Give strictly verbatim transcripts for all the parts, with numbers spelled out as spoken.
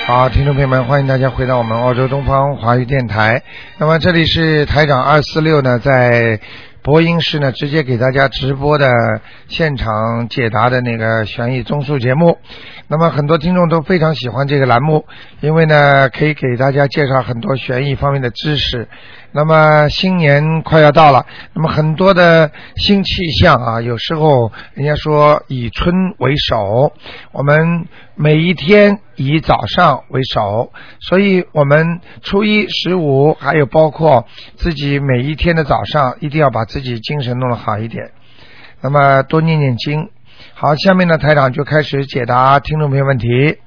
好，听众朋友们，欢迎大家回到我们澳洲东方华语电台。那么这里是台长二四六呢，在播音室呢，直接给大家直播的现场解答的那个悬疑综述节目。那么很多听众都非常喜欢这个栏目，因为呢可以给大家介绍很多悬疑方面的知识。那么新年快要到了，那么很多的新气象啊，有时候人家说以春为首，我们每一天以早上为首，所以我们初一十五还有包括自己每一天的早上一定要把自己精神弄得好一点，那么多念念经。好，下面呢台长就开始解答听众朋友问题。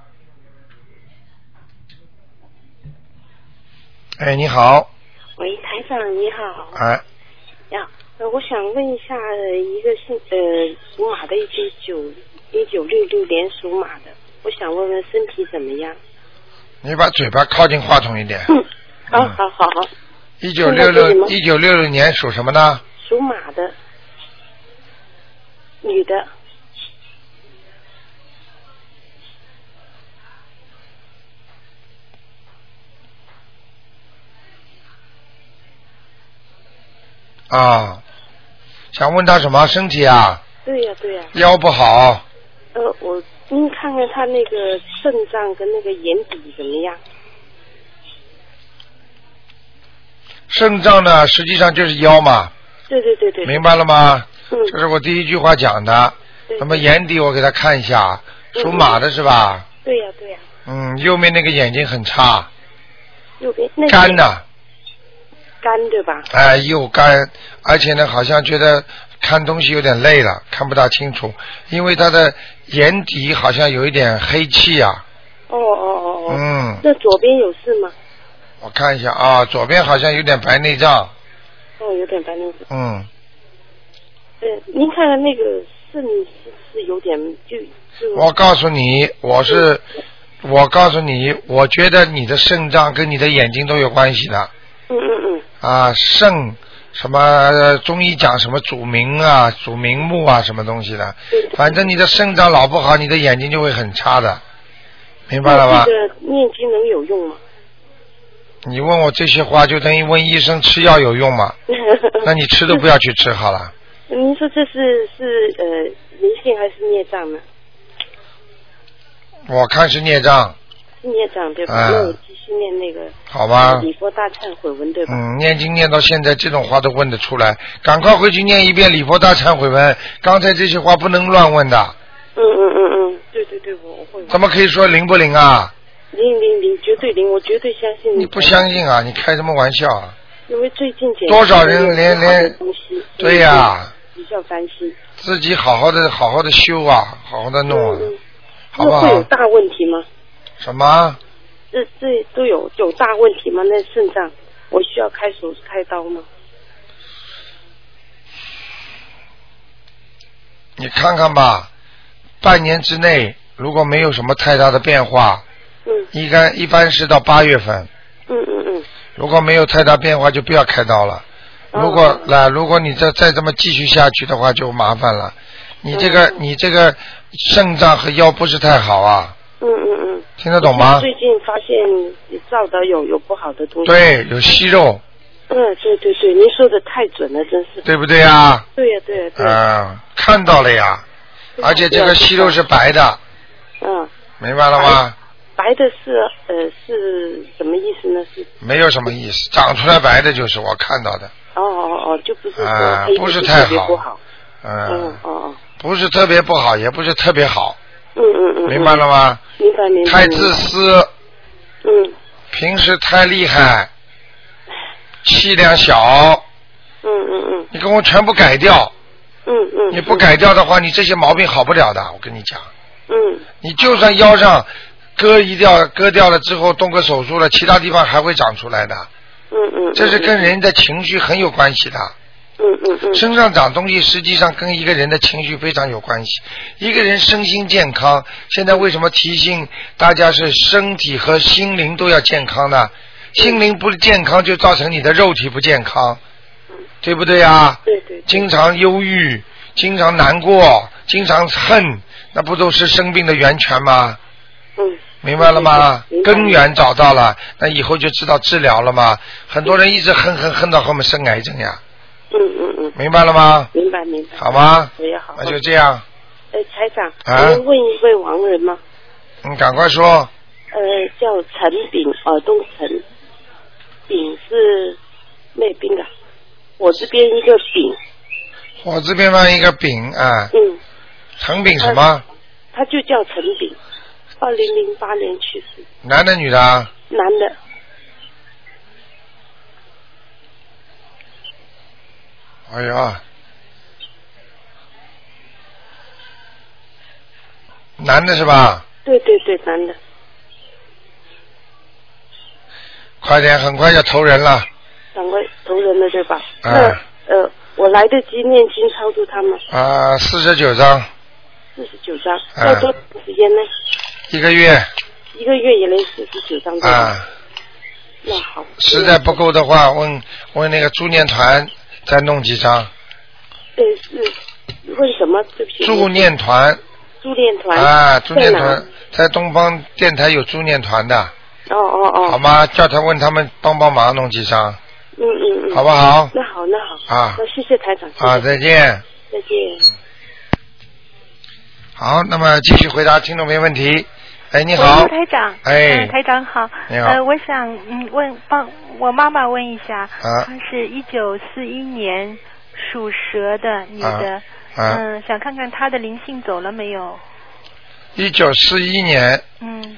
哎，你好。 喂，台长你好。 哎。 呀，呃，我想问一下，一个姓呃属马的，一九一九六六年属马的，我想问问身体怎么样？ 你把嘴巴靠近话筒一点。 嗯。好好好好。 一九六六一九六六年属什么呢？ 属马的，女的。 啊，想问他什么身体啊？ 对呀、啊、对呀、啊。 腰不好。 呃，我您看看他那个肾脏跟那个眼底怎么样？ 肾脏呢，实际上就是腰嘛。 对对对对。 明白了吗？ 嗯。 这是我第一句话讲的。 对对对。 那么眼底我给他看一下，属马的是吧？ 对呀、啊、对呀、啊。 嗯，右面那个眼睛很差。 右边那个。 干的。 干对吧？ 哎，又干，而且呢，好像觉得看东西有点累了，看不大清楚，因为他的眼底好像有一点黑气啊。 哦哦哦哦。 嗯。 那左边有事吗？ 我看一下啊，左边好像有点白内障。 哦，有点白内障。 嗯。 呃，您看看那个肾是是有点就就。 我告诉你，我是，我告诉你，我觉得你的肾脏跟你的眼睛都有关系的。 嗯嗯嗯。 啊，肾什么中医讲什么主明啊，主明目啊，什么东西的，反正你的肾脏老不好，你的眼睛就会很差的，明白了吧？ 这个念经能有用吗？ 你问我这些话，就等于问医生吃药有用吗？那你吃都不要去吃好了。 您说这是是呃灵性还是孽障呢？ 我看是孽障。 孽障对吧？ 啊、 那我继续念那个好吧礼佛大忏悔文对吧？ 嗯，念经念到现在，这种话都问得出来，赶快回去念一遍礼佛大忏悔文。刚才这些话不能乱问的。 嗯嗯嗯嗯，对对对，我我会。 怎么可以说灵不灵啊？ 灵灵灵，绝对灵，我绝对相信你。 你不相信啊？你开什么玩笑啊？ 因为最近简多少人连连对呀、啊， 比较担心。 自己好好的好好的修啊，好好的弄啊， 嗯嗯、 好不好？ 会有大问题吗？ 什么？ 这这都有有大问题吗？那肾脏，我需要开手开刀吗？ 你看看吧，半年之内如果没有什么太大的变化， 嗯， 应该一般是到八月份。 嗯嗯嗯。 如果没有太大变化，就不要开刀了。 哦、 如果来，如果你再再这么继续下去的话，就麻烦了。你这个、嗯、你这个肾脏和腰不是太好啊。 嗯嗯嗯。 听得懂吗？ 最近发现照的有有不好的东西。 对，有息肉。 嗯，对对对，您说的太准了，真是。 对不对呀？ 对呀对呀对。 嗯，看到了呀，而且这个息肉是白的。 嗯。 明白了吗？ 白, 白的是呃是什么意思呢？是。 没有什么意思，长出来白的就是我看到的。 哦哦哦，就不是说黑的、呃、不是太好。 不好。 嗯。 嗯哦哦。 不是特别不好，也不是特别好。 嗯嗯嗯。 明白了吗？ 明白明白。 太自私。 嗯。 平时太厉害，气量小。 嗯嗯嗯。 你跟我全部改掉。 嗯嗯。 你不改掉的话，你这些毛病好不了的，我跟你讲。 嗯。 你就算腰上割一掉，割掉了之后动个手术了，其他地方还会长出来的。 嗯嗯。 这是跟人的情绪很有关系的。 嗯嗯嗯。 身上长东西实际上跟一个人的情绪非常有关系。一个人身心健康，现在为什么提醒大家是身体和心灵都要健康呢？心灵不健康就造成你的肉体不健康，对不对呀？ 对对。 经常忧郁，经常难过，经常恨，那不都是生病的源泉吗？ 嗯。 明白了吗？ 明白根源找到了，那以后就知道治疗了嘛。很多人一直恨恨恨到后面生癌症呀。 嗯嗯嗯。 明白了吗？ 明白明白。 好吗？ 我也好。 那就这样。 呃，台长， 啊能问一位亡人吗？ 你赶快说。 呃，叫陈炳，耳东陈，炳是妹兵啊，我这边一个炳。 我这边放一个丙啊。 嗯。 陈炳什么？ 他就叫陈炳，二零零八年去世。 男的女的？ 男的。 哎呀，男的是吧？ 对对对，男的。 快点，很快要投人了。 赶快投人了，对吧？ 啊。 那呃，我来得及念经超度他们。 啊，四十九章。 四十九章，要多长时间呢？ 一个月。 一个月也能四十九章。 啊。 那好。 实在不够的话，问问那个助念团再弄几张。 呃，是问什么？对不起。 助念团。 助念团。 啊，助念团在东方电台有助念团的。 哦哦哦。 好吗？叫他问他们帮帮忙弄几张。 嗯嗯嗯。 好不好？ 那好那好。 啊。 那谢谢台长。 啊，再见。 再见。 好，那么继续回答听众没问题。哎，你好， 台长。 哎， 嗯，台长好。 你好。 呃，我想嗯问帮我妈妈问一下， 啊、 她是一九四一年属蛇的女的， 啊、 嗯，想看看她的灵性走了没有？ 一九四一年。 嗯。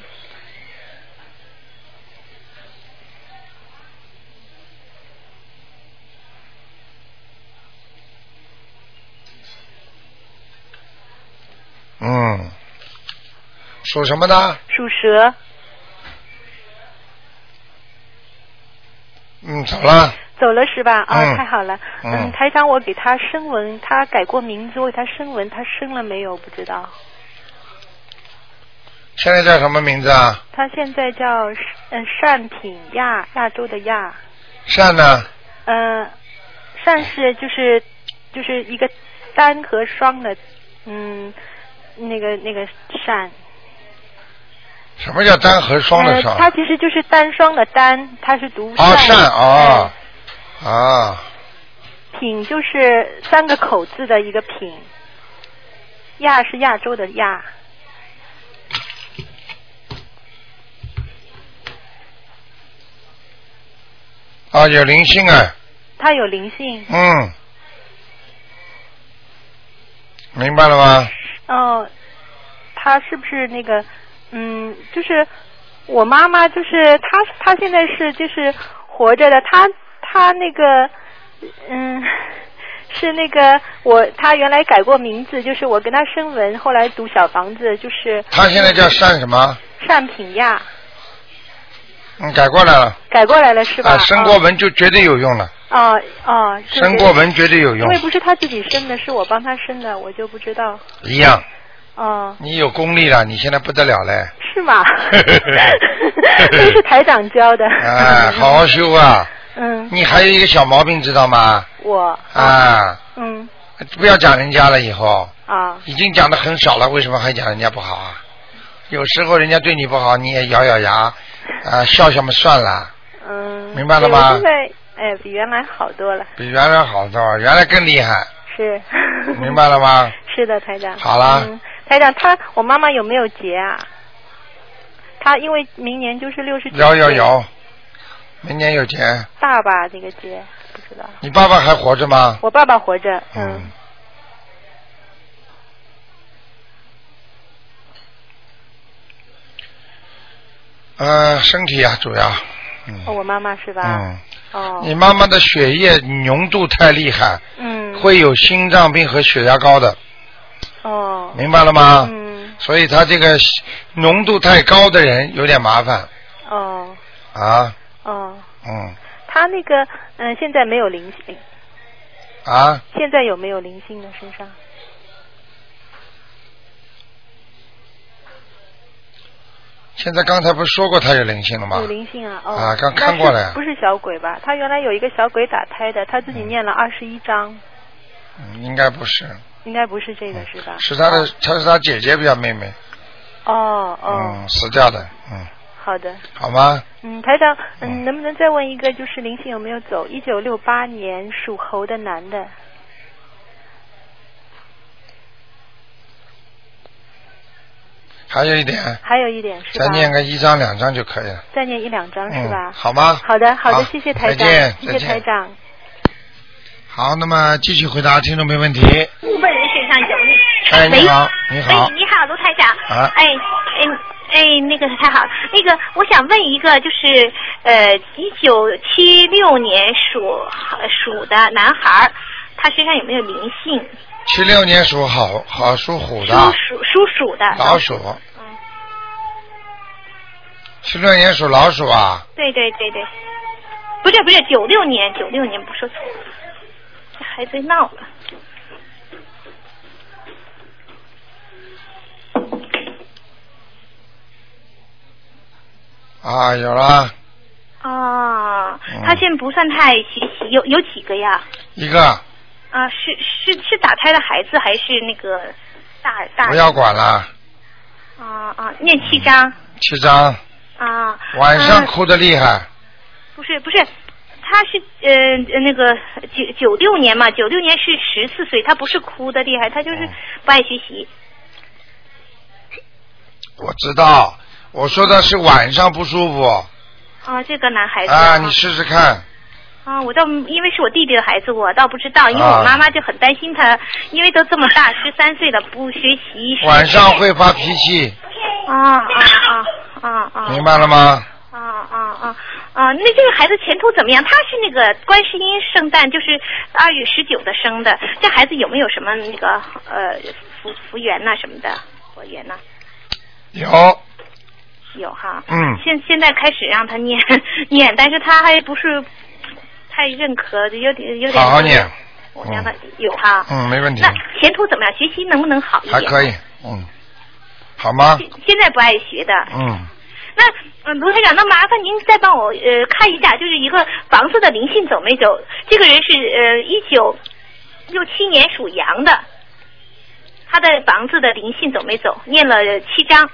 嗯，属什么的？ 属蛇。 嗯，走了。 走了是吧？啊、 嗯， 太好了。 嗯， 嗯台长，我给他声纹，他改过名字，为他声纹，他生了没有？不知道。 现在叫什么名字啊？ 他现在叫嗯单品亚，亚洲的亚。 单呢？ 呃，单是就是就是一个单和双的，嗯。那个那个单， 什么叫单和双的双？ 呃、它其实就是单双的单，它是读单。啊，单哦， 嗯、 啊。 品就是三个口字的一个品，亚是亚洲的亚。 啊，有灵性啊。 它有灵性。 嗯。明白了吗？ 哦，他是不是那个，嗯，就是我妈妈，就是她，她现在是就是活着的，她她那个，嗯，是那个我，她原来改过名字，就是我跟她声纹，后来读小房子，就是。 她现在叫单什么？ 单品亚。 嗯，改过来了。 改过来了是吧？ 啊，生过纹就绝对有用了。 哦哦， 生过纹绝对有用。 因为不是他自己生的，是我帮他生的，我就不知道。 一样。 哦。 你有功力了，你现在不得了嘞。 是吗？都是台长教的。 啊，好好修啊。 嗯。 你还有一个小毛病，知道吗？ 我。 啊。 嗯。 不要讲人家了，以后。 啊。 已经讲的很少了，为什么还讲人家不好啊？有时候人家对你不好，你也咬咬牙，啊，笑笑嘛算了。 嗯。 明白了吗？ 现在哎，比原来好多了。 比原来好多了，原来更厉害。 是。 明白了吗？ 是的，台长。 好了。 嗯，台长，他我妈妈有没有结啊？他因为明年就是六十九。 有有有，明年有结。 大吧，这个结不知道。 你爸爸还活着吗？ 我爸爸活着，嗯。 嗯呃，身体啊，主要。嗯。 哦，我妈妈是吧？ 嗯。 哦。 你妈妈的血液浓度太厉害。 嗯。 会有心脏病和血压高的。 哦。 明白了吗？ 嗯。 所以他这个浓度太高的人有点麻烦。 哦。 啊。 哦。 嗯。 他那个嗯、呃，现在没有灵性。 啊。 现在有没有灵性的身上？ 现在刚才不是说过他有灵性了吗？ 有灵性啊，哦， 啊，刚看过了。 不是小鬼吧？他原来有一个小鬼打胎的，他自己念了二十一章。 嗯，应该不是。 应该不是这个是吧？ 是他的，他是他姐姐比较妹妹。 哦哦。 嗯，死掉的，嗯。 好的。 好吗？ 嗯，台长，嗯，能不能再问一个，就是灵性有没有走？一九六八年属猴的男的。 还有一点。 还有一点是吧？ 再念个一张两张就可以了。 再念一两张是吧？ 嗯、好吗？ 好的，好的， 好谢谢台长，谢谢台长。 好，那么继续回答听众没问题。 问人身上有那。 哎，你好，你好。 哎，你好，卢台长。 啊。 哎，哎。哎，那个太好了。那个，我想问一个，就是呃，一九七六年属属的男孩，他身上有没有灵性？ 七六年属好好属虎的。 属属属鼠的。 老鼠。嗯。七六年属老鼠啊？ 对对对对，不是不是九六年九六年不说错，这孩子闹了。 啊，有了。 哦，他现在不算太学习，有有几个呀？ 一个。 啊，是是是打胎的孩子还是那个大大？ 不要管了。 啊啊，念七章。 七章。 啊。 晚上哭得厉害。 啊、不是不是，他是呃那个九九六年嘛，九六年是十四岁，他不是哭得厉害，他就是不爱学习。 我知道。我说的是晚上不舒服。 啊，这个男孩子啊，你试试看。 啊，我倒因为是我弟弟的孩子，我倒不知道，因为我妈妈就很担心他，因为都这么大，十三岁了不学习。 晚上会发脾气。 啊啊啊啊啊！ 明白了吗？ 啊啊啊啊！那这个孩子前途怎么样？他是那个观世音圣诞，就是二月十九的生的，这孩子有没有什么那个呃福福缘呐什么的佛缘呐？ 有。 有哈， 嗯， 现现在开始让他念念，但是他还不是太认可，有点有点。 好好念。 我让他、嗯、有哈。 嗯，没问题。 那前途怎么样？学习能不能好一点？ 还可以，嗯，好吗？ 现在不爱学的。 嗯。 那嗯，卢台长，那麻烦您再帮我呃看一下，就是一个房子的灵性走没走？这个人是呃一九六七年属羊的，他的房子的灵性走没走？念了七章。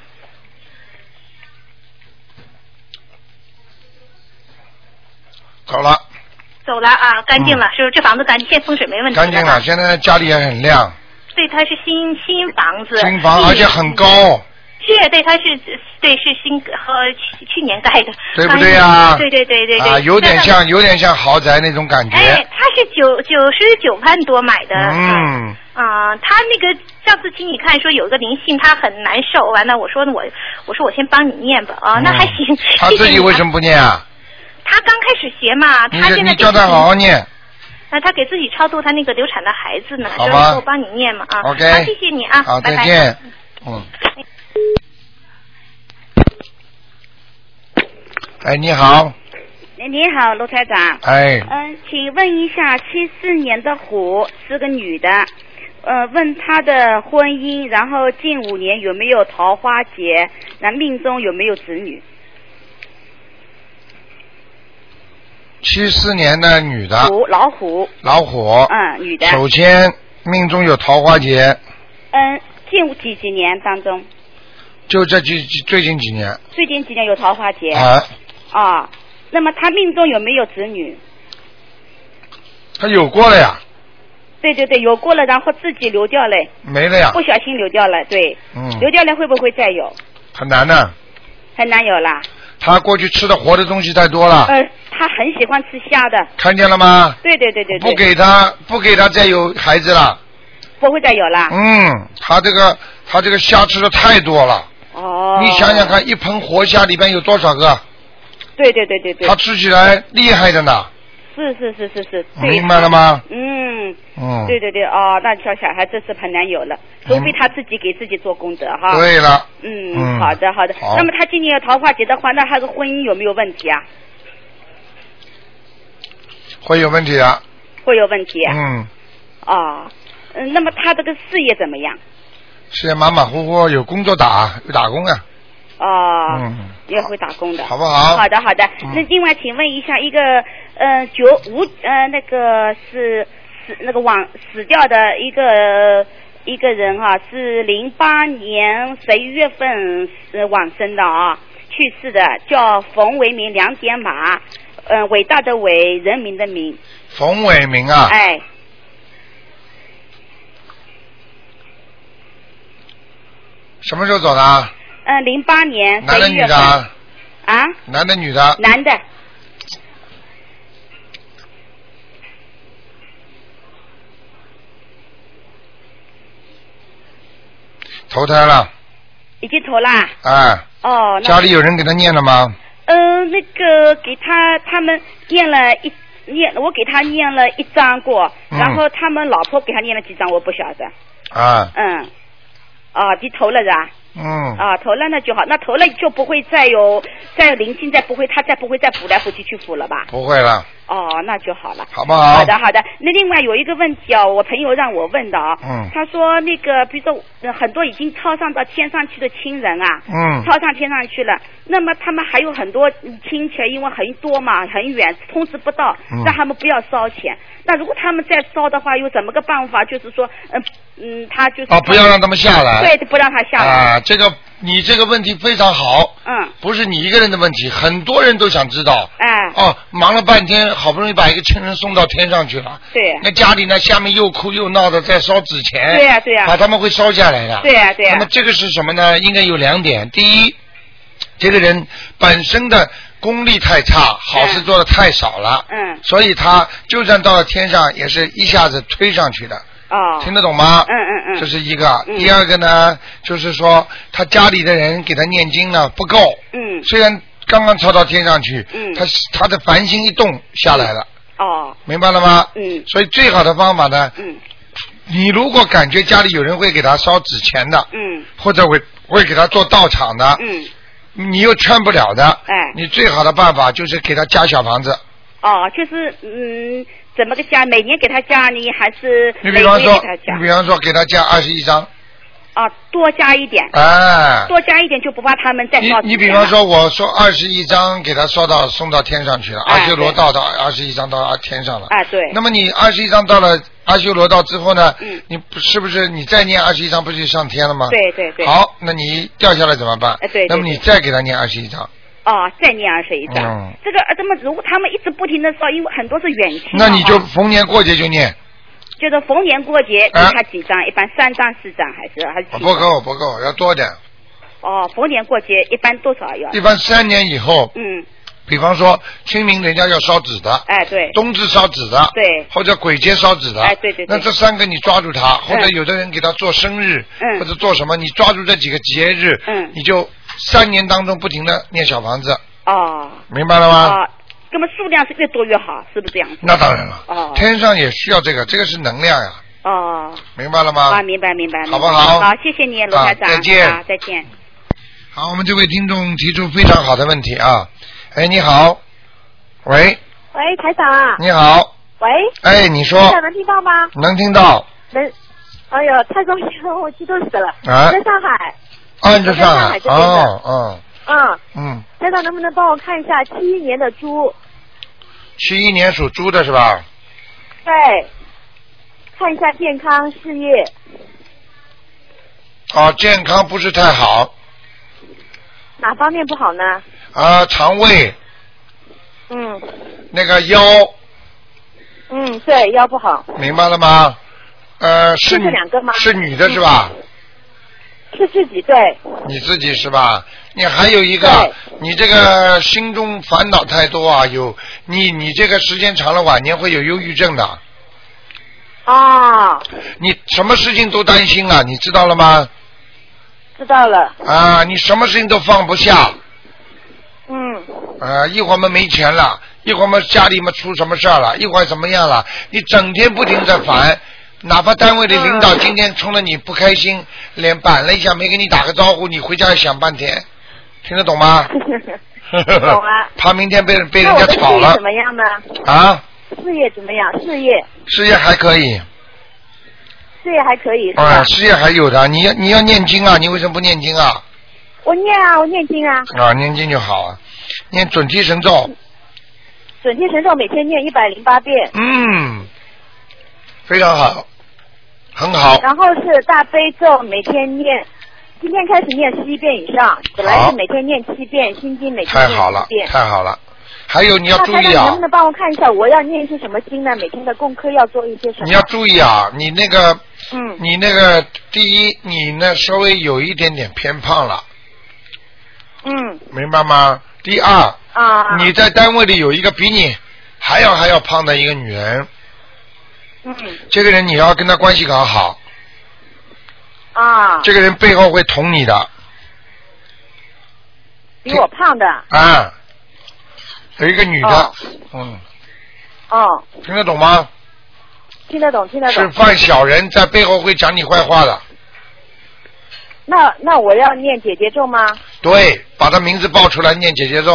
走了， 走了啊，干净了，嗯、是不是？这房子干净，现在风水没问题。 干净了，现在家里也很亮。 对，它是新新房子。 新房，而且很高。 是，对，它是，对，是新和去去年盖的。 对不对呀、啊？ 对对对对对。 啊，有点像，有点像豪宅那种感觉。 哎，它是九九十九万多买的。 嗯。 啊，他那个上次请你看说有一个灵性，他很难受，完了我说我我说我先帮你念吧啊，那还行。 嗯、他自己为什么不念啊？ 他刚开始学嘛，他现在你叫他好好念。 那他给自己超度他那个流产的孩子呢， 好吧， 我帮你念嘛啊。 OK。 好，谢谢你啊。 好， 拜拜再见。嗯。哎，你好。 你好，卢台长。 哎。 嗯，请问一下，七四年的虎是个女的，呃，问她的婚姻，然后近五年有没有桃花劫，那命中有没有子女？ 七四年的女的。 虎，老虎。 老虎。 嗯，女的。 首先，命中有桃花劫。 嗯，近几几年当中？ 就这几最近几年。 最近几年有桃花劫。 啊。 啊，那么他命中有没有子女？ 他有过了呀。 对对对，有过了，然后自己流掉了。 没了呀。 不小心流掉了，对。 嗯。 流掉了会不会再有？ 很难的。 很难有啦。 他过去吃的活的东西太多了。 呃，他很喜欢吃虾的。 看见了吗？ 对对对对对。 不给他，不给他再有孩子了。 不会再有了。 嗯，他这个他这个虾吃的太多了。 哦。 你想想看，一盆活虾里边有多少个？ 对对对对对。 他吃起来厉害的呢。 是是是是是。 明白了吗？ 嗯。 嗯。 对对对，哦，那小小孩这是很难有了，除非他自己给自己做功德哈。 对了。 嗯， 嗯好的好的。 好。 那么他今年有桃花劫的话，那他的婚姻有没有问题啊？ 会有问题啊。 会有问题。 嗯。 哦，嗯，那么他这个事业怎么样？ 事业马马虎虎，有工作打，有打工啊。 哦。 嗯。 也会打工的。 好不好？ 好的好的。 嗯、 那另外请问一下，一个呃九五呃那个是死那个往死掉的一个一个人哈、啊，是零八年十一月份呃往生的啊，去世的，叫冯维民，两点马，呃，伟大的伟，人民的民。 冯伟民啊。 哎。 什么时候走的？ 嗯，零八年男的女的？ 啊？ 男的女的？ 男的。 投胎了。 已经投啦。 哎。 哦。 家里有人给他念了吗？ 呃，那个给他他们念了一念，我给他念了一张过， 嗯、 然后他们老婆给他念了几张，我不晓得。 啊。 嗯。啊，你投了是吧？ 嗯。 啊，投了那就好，那投了就不会再有再有灵性，再不会他再不会再补来补去去补了吧？ 不会了。 哦，那就好了， 好不好？ 好的，好的。那另外有一个问题啊，我朋友让我问的啊， 嗯， 他说那个，比如说、呃、很多已经超上到天上去的亲人啊， 嗯， 超上天上去了，那么他们还有很多亲戚，因为很多嘛，很远，通知不到， 嗯、 让他们不要烧钱。那如果他们再烧的话，有怎么个办法？就是说，嗯嗯，他就是哦，不要让他们下来， 对，不让他下来啊，这个你这个问题非常好， 嗯， 不是你一个人的问题，很多人都想知道， 哎， 哦，忙了半天，好不容易把一个亲人送到天上去了， 对， 那家里呢下面又哭又闹的在烧纸钱， 对呀、啊、对呀、啊， 把他们会烧下来的， 对呀、啊、对呀、 啊。那么这个是什么呢？应该有两点，第一，这个人本身的功力太差，好事做的太少了， 嗯， 所以他就算到了天上，也是一下子推上去的。 哦， 听得懂吗？ 嗯嗯嗯， 这是一个。 嗯、 第二个呢，就是说他家里的人给他念经呢不够。 嗯。 虽然刚刚超到天上去， 嗯， 他他的凡心一动下来了。 哦。 明白了吗？ 嗯。 所以最好的方法呢， 嗯， 你如果感觉家里有人会给他烧纸钱的， 嗯， 或者会会给他做道场的， 嗯， 你又劝不了的， 哎， 你最好的办法就是给他加小房子。 哦，就是嗯。怎么个加？每年给他加，你还是你比方说，你比方说给他加二十一张。 啊，多加一点。 哎。 多加一点就不怕他们再烧。 你你比方说，我说二十一张给他烧到送到天上去了，阿修罗道到二十一张到天上了。 啊，对。 那么你二十一张到了阿修罗道之后呢？ 嗯。 你是不是你再念二十一张不就上天了吗？ 对对对。 好，那你掉下来怎么办？ 哎对。 那么你再给他念二十一张。 哦，再念二十一张。 嗯， 这个这么如果他们一直不停的烧，因为很多是远亲。 那你就逢年过节就念。 就是逢年过节给他几张？一般三张四张还是还是？ 不够不够，要多点。 哦，逢年过节一般多少要？ 一般三年以后。 嗯。 比方说清明人家要烧纸的。 哎，对。 冬至烧纸的。 对。 或者鬼节烧纸的。 哎，对对对。 那这三个你抓住它，或者有的人给他做生日， 嗯， 或者做什么，你抓住这几个节日， 嗯， 你就三年当中不停的念小房子。 哦， 明白了吗？ 啊，那么数量是越多越好，是不是这样子？ 那当然了。 哦， 天上也需要这个，这个是能量呀。 哦， 明白了吗？ 啊，明白明白。 好不好？ 好，谢谢你，罗台长。 再见。 啊，再见。 好，我们这位听众提出非常好的问题啊！哎，你好，喂。 喂，台长啊。 你好。 喂。 哎，你说。 台长能听到吗？ 能听到。 能。哎呦，太高兴了，我激动死了。 啊。 在上海。 啊，你在上海。 海哦哦。 嗯嗯， 台长能不能帮我看一下七一年的猪？ 七一年属猪的是吧？ 对，看一下健康事业。 哦，健康不是太好。 哪方面不好呢？ 啊，肠胃。 嗯。 那个腰。 嗯，对，腰不好。 明白了吗？呃，是这两个吗？ 是女的是吧？ 嗯是自己对。 你自己是吧？你还有一个，你这个心中烦恼太多啊，有你你这个时间长了，晚年会有忧郁症的。 啊。 你什么事情都担心啊，你知道了吗？ 知道了。 啊，你什么事情都放不下。 嗯。 啊，一会儿嘛没钱了，一会儿嘛家里嘛出什么事儿了，一会儿怎么样了？你整天不停在烦。哪怕单位的领导今天冲着你不开心，脸板了一下，没跟你打个招呼，你回家要想半天，听得懂吗？ 懂啊。 怕明天被被人家炒了。 事业怎么样呢？ 啊？ 事业怎么样？事业。 事业还可以。 事业还可以是吧？ 啊，事业还有的，你要你要念经啊，你为什么不念经啊？ 我念啊，我念经啊。 啊，念经就好啊，念准提神咒。 准提神咒每天念一百零八遍。 嗯。非常好， 很好。 然后是大悲咒每天念，今天开始念十一遍以上，本来是每天念七遍，心经每天念太好了七遍。 太好了。还有你要注意那台长， 啊能不能帮我看一下，我要念一些什么经呢？每天的功课要做一些什么？ 你要注意啊，你那个嗯， 你那个第一，你呢稍微有一点点偏胖了， 嗯明白吗？第二， 啊， 你在单位里有一个比你还要还要胖的一个女人， 嗯这个人你要跟她关系搞好， 啊， 这个人背后会捅你的比我胖的啊。有一个女的， 哦嗯， 哦， 听得懂吗？ 听得懂听得懂。 是犯小人，在背后会讲你坏话的。 那那我要念姐姐咒吗？ 对，把她名字报出来念姐姐咒。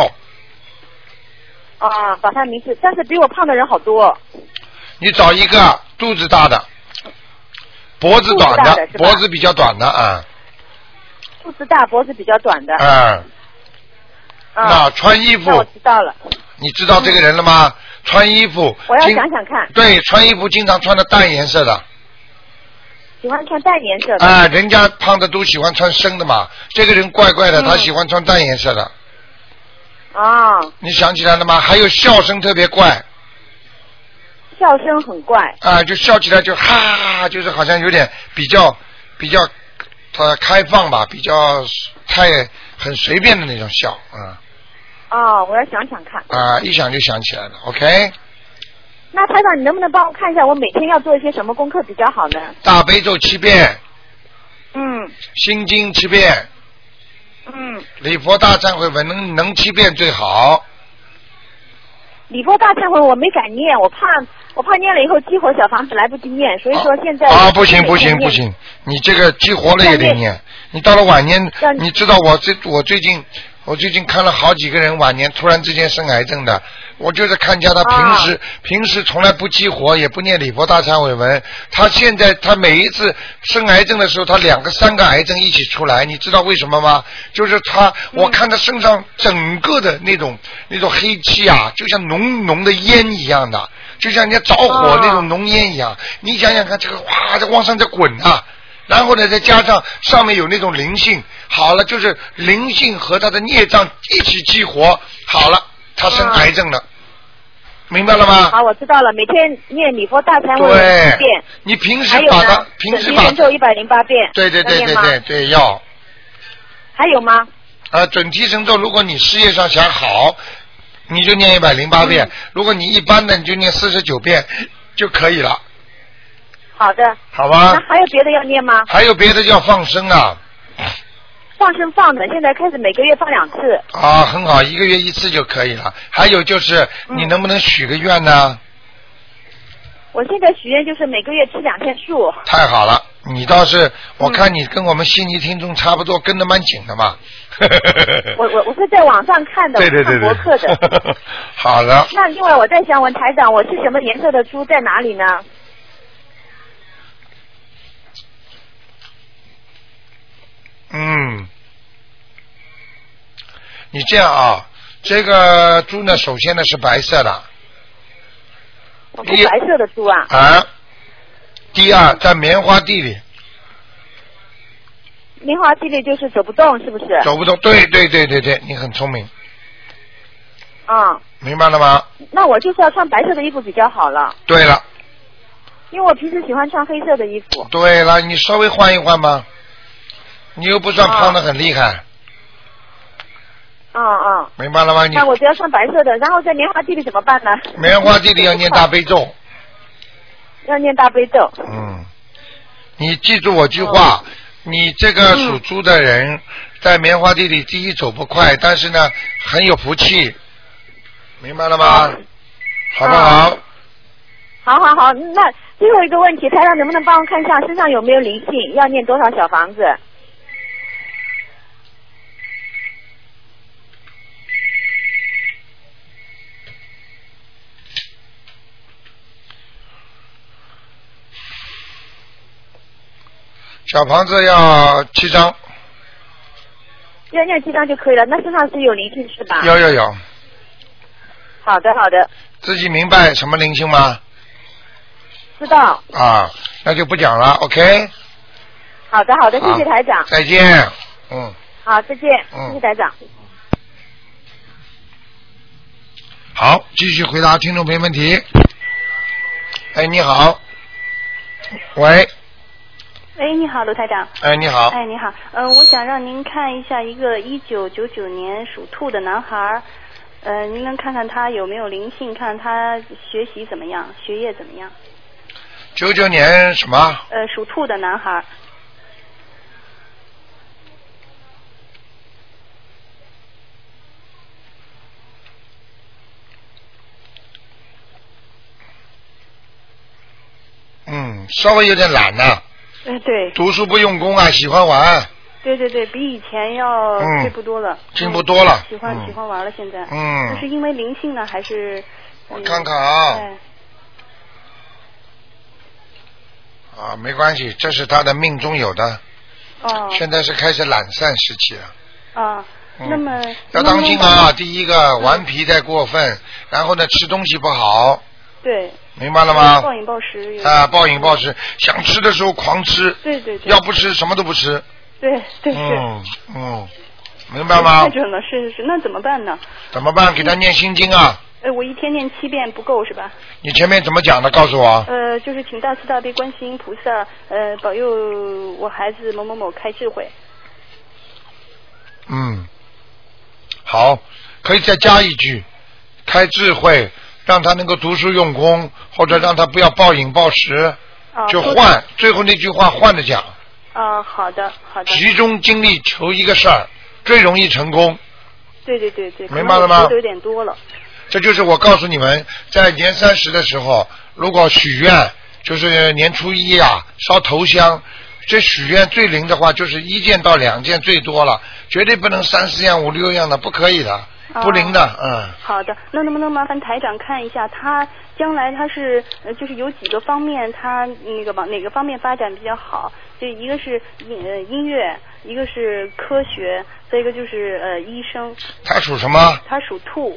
啊，把她名字，但是比我胖的人好多。 你找一个肚子大的，脖子短肚子大的是吧脖子比较短的啊。 肚子大，脖子比较短的。 嗯。 啊， 那穿衣服那我知道了。 你知道这个人了吗？穿衣服。 我要经想想看。 对，穿衣服经常穿的淡颜色的。 喜欢穿淡颜色的。 啊，人家胖的都喜欢穿深的嘛。这个人怪怪的， 嗯他喜欢穿淡颜色的。 啊， 你想起来了吗？还有笑声特别怪。 笑声很怪。 啊，就笑起来就哈，就是好像有点比较比较呃开放吧，比较太很随便的那种笑啊。 哦，我要想想看。 啊，一想就想起来了 ，OK。 那台长，你能不能帮我看一下，我每天要做一些什么功课比较好呢？ 大悲咒七遍， 嗯心经七遍， 嗯， 礼佛大忏悔文能能七遍最好。 礼佛大忏悔我没敢念，我怕我怕念了以后激活小房子来不及念，所以说现在啊，不行不行不行，你这个激活了也得念。你到了晚年，你知道我最我最近我最近看了好几个人晚年突然之间生癌症的，我就是看见他平时、啊、平时从来不激活，也不念礼佛大忏悔文，他现在他每一次生癌症的时候，他两个三个癌症一起出来，你知道为什么吗？就是他，我看他身上整个的那种那种黑气啊，就像浓浓的烟一样的，就像人家着火那种浓烟一样。啊、你想想看，这个哇，在往上在滚啊！然后呢，再加上上面有那种灵性，好了，就是灵性和他的孽障一起激活，好了，他生癌症了，啊、明白了吗？ 好，我知道了，每天念礼佛大忏悔文一遍。 你平时把它，平时把准提神咒一百零八遍。 对对对对对对，要。 还有吗？ 啊，准提神咒，如果你事业上想好，你就念一百零八遍；嗯、如果你一般的，你就念四十九遍就可以了。 好的， 好吧。 那还有别的要念吗？ 还有别的叫放生啊。 放生放的，现在开始每个月放两次。 啊，很好，一个月一次就可以了。还有就是，你能不能许个愿呢？ 嗯、我现在许愿就是每个月吃两天素。 太好了，你倒是，我看你跟我们悉尼听众差不多，跟得蛮紧的嘛。 我我我是在网上看的， 对对对对， 看博客的。 好了。 那另外我在想问台长，我是什么颜色的猪，在哪里呢？ 嗯，你这样啊，这个猪呢，首先呢是白色的。 我是白色的猪啊。 啊。第二，在棉花地里。 棉花地里就是走不动，是不是？ 走不动，对对对对对，你很聪明。 啊。 明白了吗？ 那我就是要穿白色的衣服比较好了。 对了。 因为我平时喜欢穿黑色的衣服。 对了，你稍微换一换吧。你又不算胖得很厉害。 嗯嗯。 明白了吗？你那我只要穿白色的，然后在棉花地里怎么办呢？ 棉花地里要念大悲咒。 要念大悲咒。 嗯。你记住我句话，嗯、你这个属猪的人，在棉花地里第一走不快，但是呢很有福气，明白了吗？嗯、好不好？ 嗯、好好好，那最后一个问题，台长能不能帮我看一下身上有没有灵性？要念多少小房子？ 小房子要七张， 要念七张就可以了。那身上是有灵性是吧？ 有有有。 好的好的。 自己明白什么灵性吗？ 知道。 啊，那就不讲了 ，OK。 好的，好的，谢谢台长。 再见。嗯。 好，再见。 嗯。 谢谢台长。 好，继续回答听众朋友问题。哎，你好。喂。 喂，你好，卢台长。 哎，你好。 哎，你好。呃，我想让您看一下一个一九九九年属兔的男孩，呃，您能看看他有没有灵性，看他学习怎么样，学业怎么样？ 九九年什么？ 呃，属兔的男孩。 嗯，稍微有点懒呐、啊。 哎，对。 读书不用功啊，喜欢玩。 对对对，比以前要进步多了。 进步多了。 喜欢、嗯、喜欢玩了，现在。 嗯。 这是因为灵性呢，还是？ 我看看啊。 哎。 啊，没关系，这是他的命中有的。 哦。 现在是开始懒散时期了。 啊。 嗯、 那么。 要当心啊！第一个顽皮太过分，嗯、然后呢，吃东西不好。 对。 明白了吗？ 暴饮暴食。 啊，暴饮暴食，想吃的时候狂吃。 对对对。 要不吃什么都不吃。 对对是。 嗯嗯，明白吗？ 太准了，是是是，那怎么办呢？ 怎么办？给他念心经啊。 呃，我一天念七遍不够是吧？ 你前面怎么讲的？告诉我。 呃，就是请大慈大悲观世音菩萨，呃，保佑我孩子某某某开智慧。 嗯，好，可以再加一句，开智慧。让他能够读书用功，或者让他不要暴饮暴食， 哦、 就换最后那句话换着讲。 啊、哦，好的好的。 集中精力求一个事儿，最容易成功。 对对对对。 明白了吗？ 有点多了。 这就是我告诉你们，在年三十的时候，如果许愿，就是年初一啊，烧头香，这许愿最灵的话，就是一件到两件最多了，绝对不能三四样五六样的，不可以的。不灵的， 哦、 嗯。 好的，那能不能麻烦台长看一下，他将来他是呃，就是有几个方面，他那个往哪个方面发展比较好？就一个是音呃音乐，一个是科学，再一个就是呃医生。 他属什么？ 他属兔。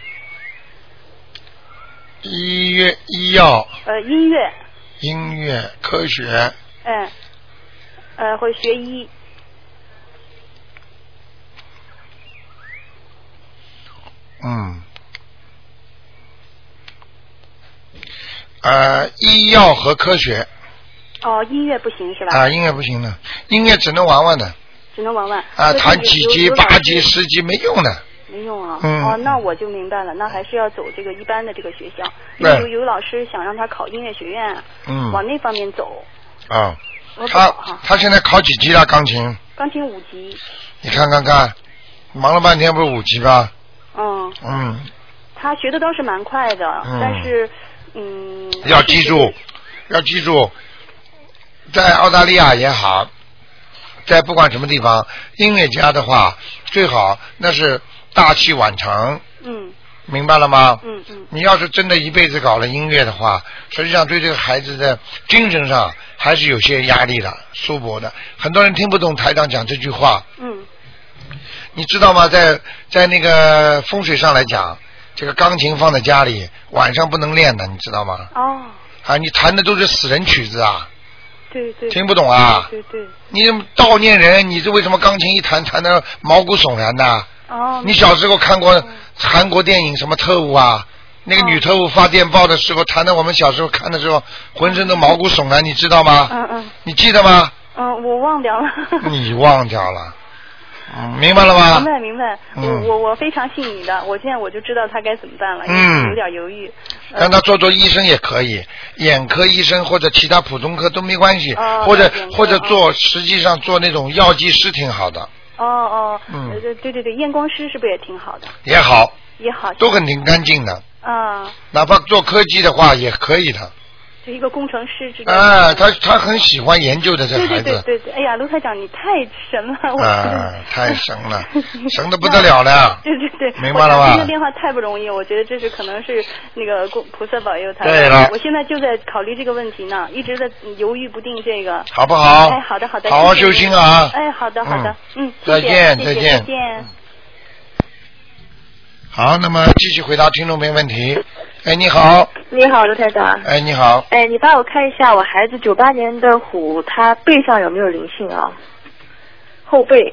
医乐、医药。 呃，音乐。 音乐、科学。 哎，呃，或者学医。 嗯，呃，医药和科学。 哦，音乐不行是吧？ 啊，音乐不行的，音乐只能玩玩的。 只能玩玩。 啊，弹几级、八级、十级没用的。 没用啊。 嗯。 哦，那我就明白了，那还是要走这个一般的这个学校。因为有有老师想让他考音乐学院， 嗯， 往那方面走。 啊。他他现在考几级了？钢琴。 钢琴五级。 你看看看，忙了半天不是五级吧？ 嗯。 嗯。 他学的倒是蛮快的， 嗯、 但是嗯。 要记住，要记住，在澳大利亚也好，在不管什么地方，音乐家的话最好那是大器晚成。 嗯。 明白了吗？ 嗯嗯。 你要是真的一辈子搞了音乐的话，实际上对这个孩子的精神上还是有些压力的，束缚的。很多人听不懂台长讲这句话。 嗯。 你知道吗？在在那个风水上来讲，这个钢琴放在家里，晚上不能练的，你知道吗？ 哦。 啊，你弹的都是死人曲子啊。 对对。 听不懂啊？ 对对。 你悼念人，你这为什么钢琴一弹弹的毛骨悚然的？ 哦。 你小时候看过韩国电影什么特务啊？那个女特务发电报的时候，弹的我们小时候看的时候，浑身都毛骨悚然，你知道吗？ 嗯嗯。 你记得吗？ 嗯，我忘掉了。 你忘掉了。嗯，明白了吗？ 明白明白， 嗯、 我我我非常信你的，我现在我就知道他该怎么办了， 嗯， 有点犹豫。 让他做做医生也可以，眼科医生或者其他普通科都没关系， 哦、 或者或者做、哦、实际上做那种药剂师挺好的。 哦哦， 嗯， 对对对，验光师是不是也挺好的？ 也好， 也好， 都很挺干净的。 啊。 哪怕做科技的话也可以的。 就一个工程师之类的。 啊，他他很喜欢研究的这孩子。 对对对对，哎呀，卢台长你太神了，我啊，太神了，神的不得了了。 对对对， 明白了吧？ 听的电话太不容易，我觉得这是可能是那个菩萨保佑他。 对了， 我现在就在考虑这个问题呢，一直在犹豫不定这个。 好不好？ 哎，好的好的， 好好修心啊！ 哎，好的好的，嗯， 再见再见再见。 好，那么继续回答听众朋友问题。 哎，你好。 你好，卢台长。 哎，你好。 哎，你帮我看一下我孩子九八年的虎，他背上有没有灵性啊？后背。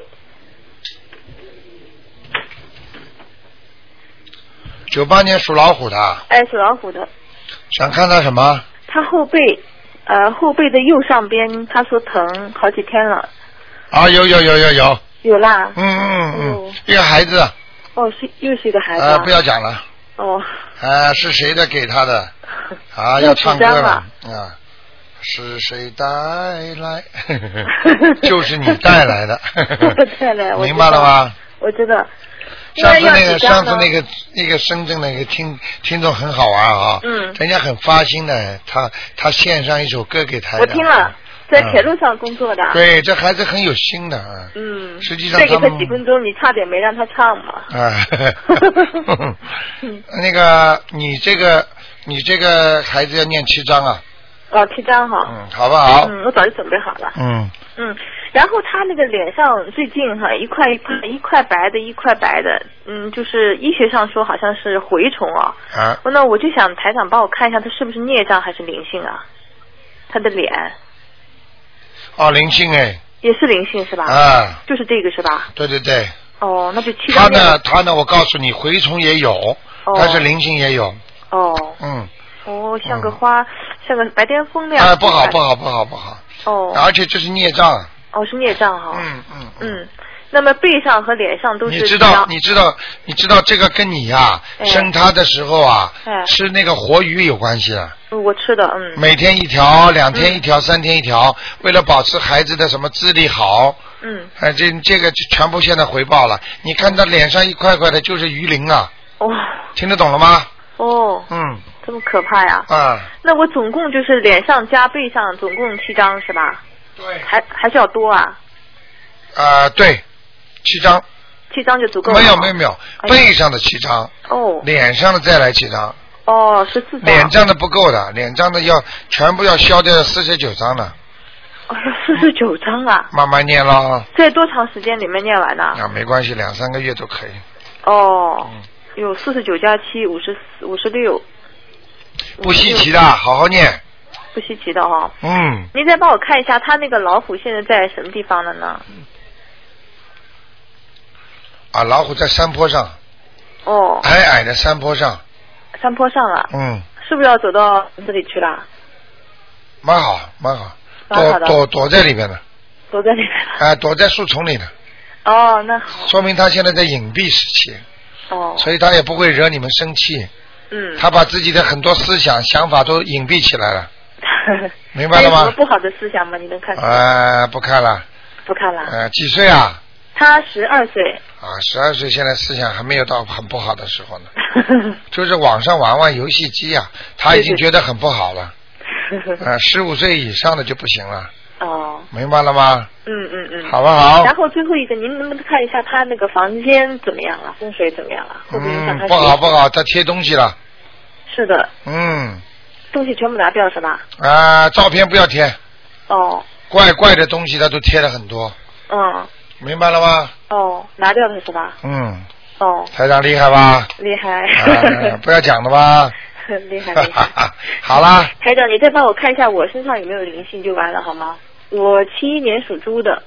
九八年属老虎的。 哎，属老虎的。 想看他什么？ 他后背，呃，后背的右上边，他说疼好几天了。 啊，有有有有有。 有啦。 嗯嗯嗯，哦、一个孩子。 哦，是又是一个孩子。 啊、呃，不要讲了。 哦。 啊、呃，是谁的给他的？啊，要唱歌了啊！是谁带来？就是你带来的。 带来， 明白了吗？ 我知道。 上次那个，上次那个，那个深圳那个听听众很好玩啊，嗯，人家很发心的，他他献上一首歌给他。 我听了，在铁路上工作的。 嗯、对，这孩子很有心的啊。 嗯。 实际上再给他几分钟，你差点没让他唱嘛。 啊。那个，你这个，你这个孩子要念七章啊。 哦，七章哈。 嗯，好不好？ 嗯，我早就准备好了。 嗯。 嗯，然后他那个脸上最近哈一块一块一块白的，一块白的，嗯，就是医学上说好像是蛔虫啊。 啊。 那我就想台长帮我看一下，他是不是孽障还是灵性啊？他的脸。 哦，灵性哎。 也是灵性是吧？ 啊。 就是这个是吧？ 对对对。 哦，那就七张。他呢？他呢？我告诉你，蛔虫也有，哦、但是灵性也有。 哦。 嗯。 哦，像个花，嗯、像个白癜风那样。 啊，不好，不好，不好，不好。 哦。 而且这是孽障。 哦，是孽障哈。 嗯嗯嗯。那么背上和脸上都是。 你知道，你知道，你知道这个跟你呀、啊哎、生他的时候啊，哎、吃那个活鱼有关系啊。 嗯，我吃的，嗯。 每天一条，两天一条，嗯、三天一条，为了保持孩子的什么智力好。 嗯。 哎，这这个全部现在回报了。你看他脸上一块块的，就是鱼鳞啊。 哦。 听得懂了吗？ 哦。 嗯。 这么可怕呀！ 啊。 那我总共就是脸上加背上总共七张是吧？ 对。 还还是要多啊？ 啊、呃，对，七张。 七张就足够了。 没有没有没有，背上的七张。 哦。 脸上的再来七张。 哦，十四张。 脸上的不够的，脸上的要全部要消掉四十九张的。 哎呀，四十九张啊！ 慢慢念了。 在多长时间里面念完呢？ 啊，没关系，两三个月都可以。 哦。嗯。有四十九加七，五十四，五十六。 不稀奇的，好好念。 不稀奇的哈、哦。 嗯。 您再帮我看一下，他那个老虎现在在什么地方了呢？ 啊，老虎在山坡上。 哦。 矮矮的山坡上。 山坡上了。 嗯。 是不是要走到这里去了？ 蛮好，蛮好。躲躲躲在里面的。 躲在里面了。 啊，躲在树丛里的。 哦，那好。 说明他现在在隐蔽时期。 哦。 所以他也不会惹你们生气。 嗯。 他把自己的很多思想、想法都隐蔽起来了。明白了吗？ 有什么不好的思想吗？你能看出来？ 呃，不看了。 不看了。 呃，几岁啊？ 他十二岁。 啊，十二岁，现在思想还没有到很不好的时候呢。就是网上玩玩游戏机啊，他已经觉得很不好了。呃，十五岁以上的就不行了。 哦。 明白了吗？ 嗯嗯嗯。 好不好？ 然后最后一个，您能不能看一下他那个房间怎么样了？风水怎么样了？会不会影响他？ 不好不好，他贴东西了。 是的。 嗯。 东西全部拿掉是吧？ 啊、呃，照片不要贴。 哦。 怪怪的东西他都贴了很多。 嗯。 明白了吗？ 哦，拿掉的是吧？ 嗯。 哦。 台长厉害吧？ 厉害。 呃、不要讲的吧？ 厉害厉害。 好啦。 台长，你再帮我看一下我身上有没有灵性就完了好吗？我七一年属猪的。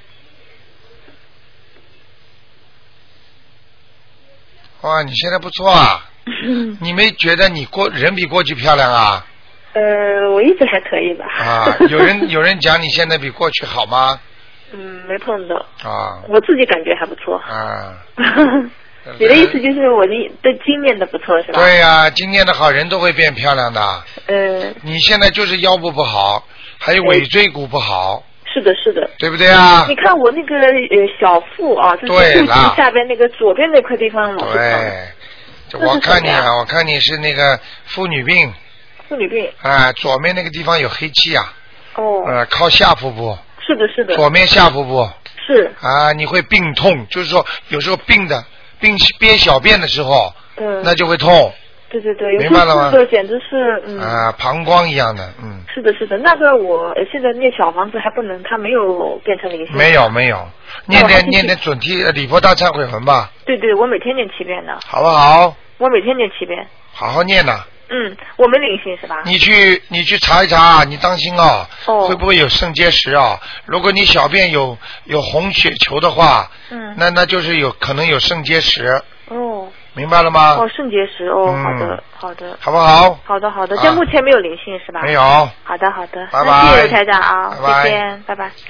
哇，你现在不错啊。你没觉得你过人比过去漂亮啊？ 呃，我一直还可以吧。 啊，有人有人讲你现在比过去好吗？ 嗯，没碰到。 啊。 我自己感觉还不错。 啊。 你的意思就是我的的经验的不错是吧？ 对呀、啊，经验的好人都会变漂亮的。 嗯。 你现在就是腰部不好，还有尾椎骨不好。 是的，是的。 对不对啊？ 你看我那个呃小腹啊，就是肚脐下边那个左边那块地方老是疼。对。我看你啊，我看你是那个妇女病。 妇女病。 啊，左面那个地方有黑气啊。 哦。 呃，靠下腹部。 是的，是的。 左面下腹部。 是。 啊，你会病痛，就是说有时候病的病憋小便的时候， 嗯， 那就会痛。 对对对，有明白了吗这个简直是嗯啊，膀胱一样的，嗯。 是的，是的，那个我呃现在念小房子还不能，它没有变成灵性。 没有没有，念点念点准提呃礼佛大忏悔文吧。 对对，我每天念七遍的。 好不好？ 我每天念七遍。 好好念呐。 嗯，我没灵性是吧？ 你去你去查一查，你当心啊、 哦， 会不会有肾结石啊？如果你小便有有红血球的话， 嗯， 那那就是有可能有肾结石。 哦。 明白了吗？ 哦，肾结石哦， 嗯、 好的好的。 好不好？ 好的好的，这、啊、目前没有灵性是吧？ 没有。 好的好的， 拜拜。 那谢谢卢台长啊， 拜拜再见，拜拜。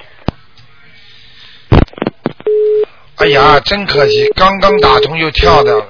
哎呀，真可惜，刚刚打通又跳掉了。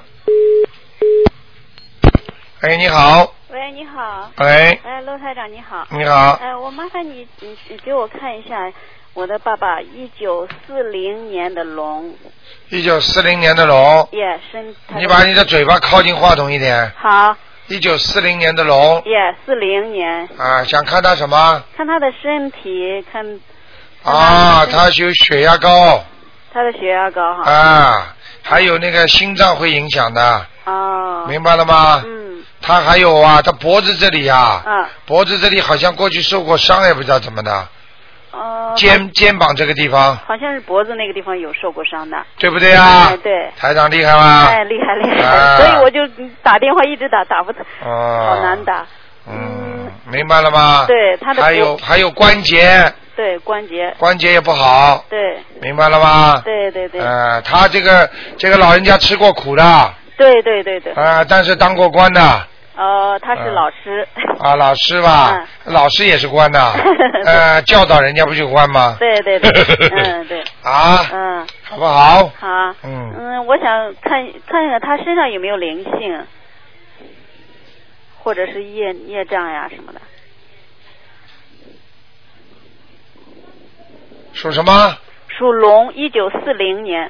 哎，你好。 喂，你好。 喂。 哎，陆台长你好。 你好。 哎，我麻烦你，你你给我看一下我的爸爸，一九四零年的龙。 一九四零年的龙。 耶，身。 你把你的嘴巴靠近话筒一点。 好。 一九四零年的龙。 耶，四零年。 啊，想看他什么？ 看他的身体，看。 啊，他有血压高。 他的血压高哈。 啊，还有那个心脏会影响的。 哦。 明白了吗？ 嗯。 他还有啊，他脖子这里啊， 啊脖子这里好像过去受过伤，也不知道怎么的。 哦。 肩肩膀这个地方。 好像是脖子那个地方有受过伤的。 对不对啊？ 哎，对。 台长厉害吗？ 哎，厉害厉害， 啊、 所以我就打电话一直打，打不通， 哦、 好难打。 嗯，明白了吗？ 对，他的还有还有关节。 对，关节。 关节也不好。 对。 明白了吗？ 对对对。 呃，他这个这个老人家吃过苦的。 对对对对。 啊、呃，但是当过官的。 呃，他是老师。 啊，老师吧， 嗯、 老师也是官的，呃，教导人家不就官吗？ 对对对，嗯对。 啊。 嗯。 好不好？ 好。 嗯。 嗯，我想看看看他身上有没有灵性，或者是业业障呀什么的。 属什么？ 属龙，一九四零年。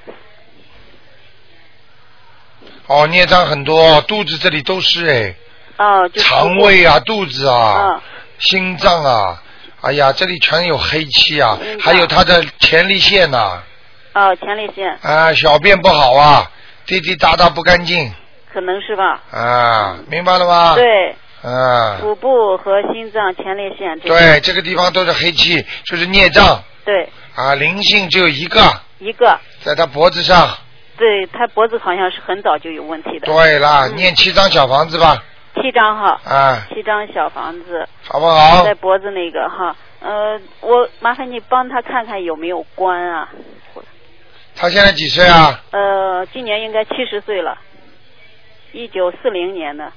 哦，孽障很多，肚子这里都是哎。 哦，就是。 肠胃啊，肚子啊， 嗯、 心脏啊，哎呀，这里全有黑气啊，还有他的前列腺呐、啊。 哦，前列腺。 啊，小便不好啊，滴滴答答不干净。 可能是吧。 啊，明白了吗？ 对。 啊。 腹部和心脏、前列腺。 对，这个地方都是黑气，就是孽障。 对。 啊，灵性只有一个。 一个。 在他脖子上。 对，他脖子好像是很早就有问题的。 对啦， 嗯、 念七张小房子吧。 七张哈。 啊。 七张小房子。 好不好？ 在脖子那个哈，呃，我麻烦你帮他看看有没有关啊。 他现在几岁啊？ 呃，今年应该七十岁了，一九四零年的。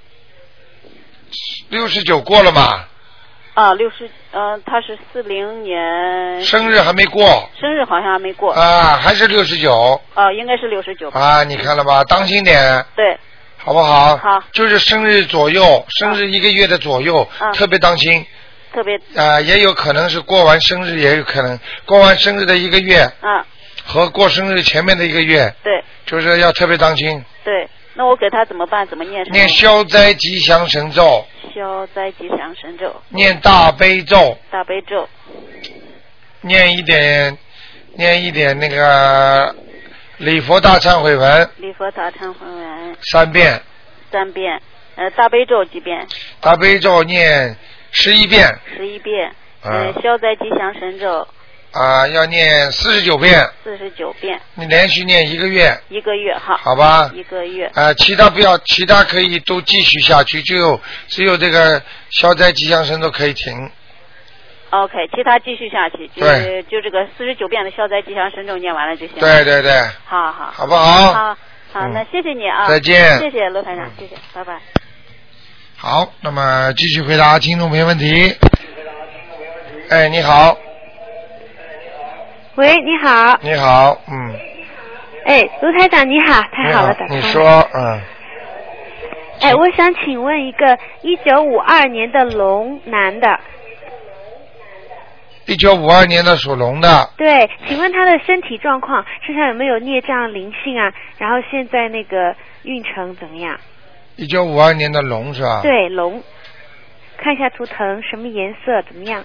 六十九过了嘛？ 啊，六十，呃，他是四零年。 生日还没过。 生日好像还没过。 啊，还是六十九。 啊，应该是六十九。 啊，你看了吧？当心点。 对。 好不好？ 好。 就是生日左右，生日一个月的左右， 啊、 特别当心。 特别。 啊，也有可能是过完生日，也有可能过完生日的一个月。 啊。 和过生日前面的一个月。 对。 就是要特别当心。 对。那我给他怎么办？怎么念？ 念消灾吉祥神咒。 消灾吉祥神咒。 念大悲咒。 大悲咒。 念一点，念一点那个礼佛大忏悔文。 礼佛大忏悔文。 三遍。 三遍。呃，大悲咒几遍？ 大悲咒念十一遍。 十一遍。嗯、呃，消灾吉祥神咒。 啊，要念四十九遍。 四十九遍。 你连续念一个月。 一个月哈。 好吧。 一个月。 啊，其他不要，其他可以都继续下去，只有只有这个消灾吉祥神咒可以停。 OK， 其他继续下去。 对。 就这个四十九遍的消灾吉祥神咒念完了就行了。 对对对。 好好。 好不好？ 好，好， 嗯、 那谢谢你啊。 再见。 谢谢罗台长，嗯、谢谢，拜拜。 好，那么继续回答听众朋友问题。哎，你好。 喂，你好。 你好，嗯。 哎，卢台长你好，太好了，打你说，嗯。 哎，我想请问一个一九五二年的龙男的。 一九五二年的属龙的。 对，请问他的身体状况，身上有没有孽障灵性啊？然后现在那个运程怎么样？ 一九五二年的龙是吧？ 对，龙。看一下图腾，什么颜色，怎么样？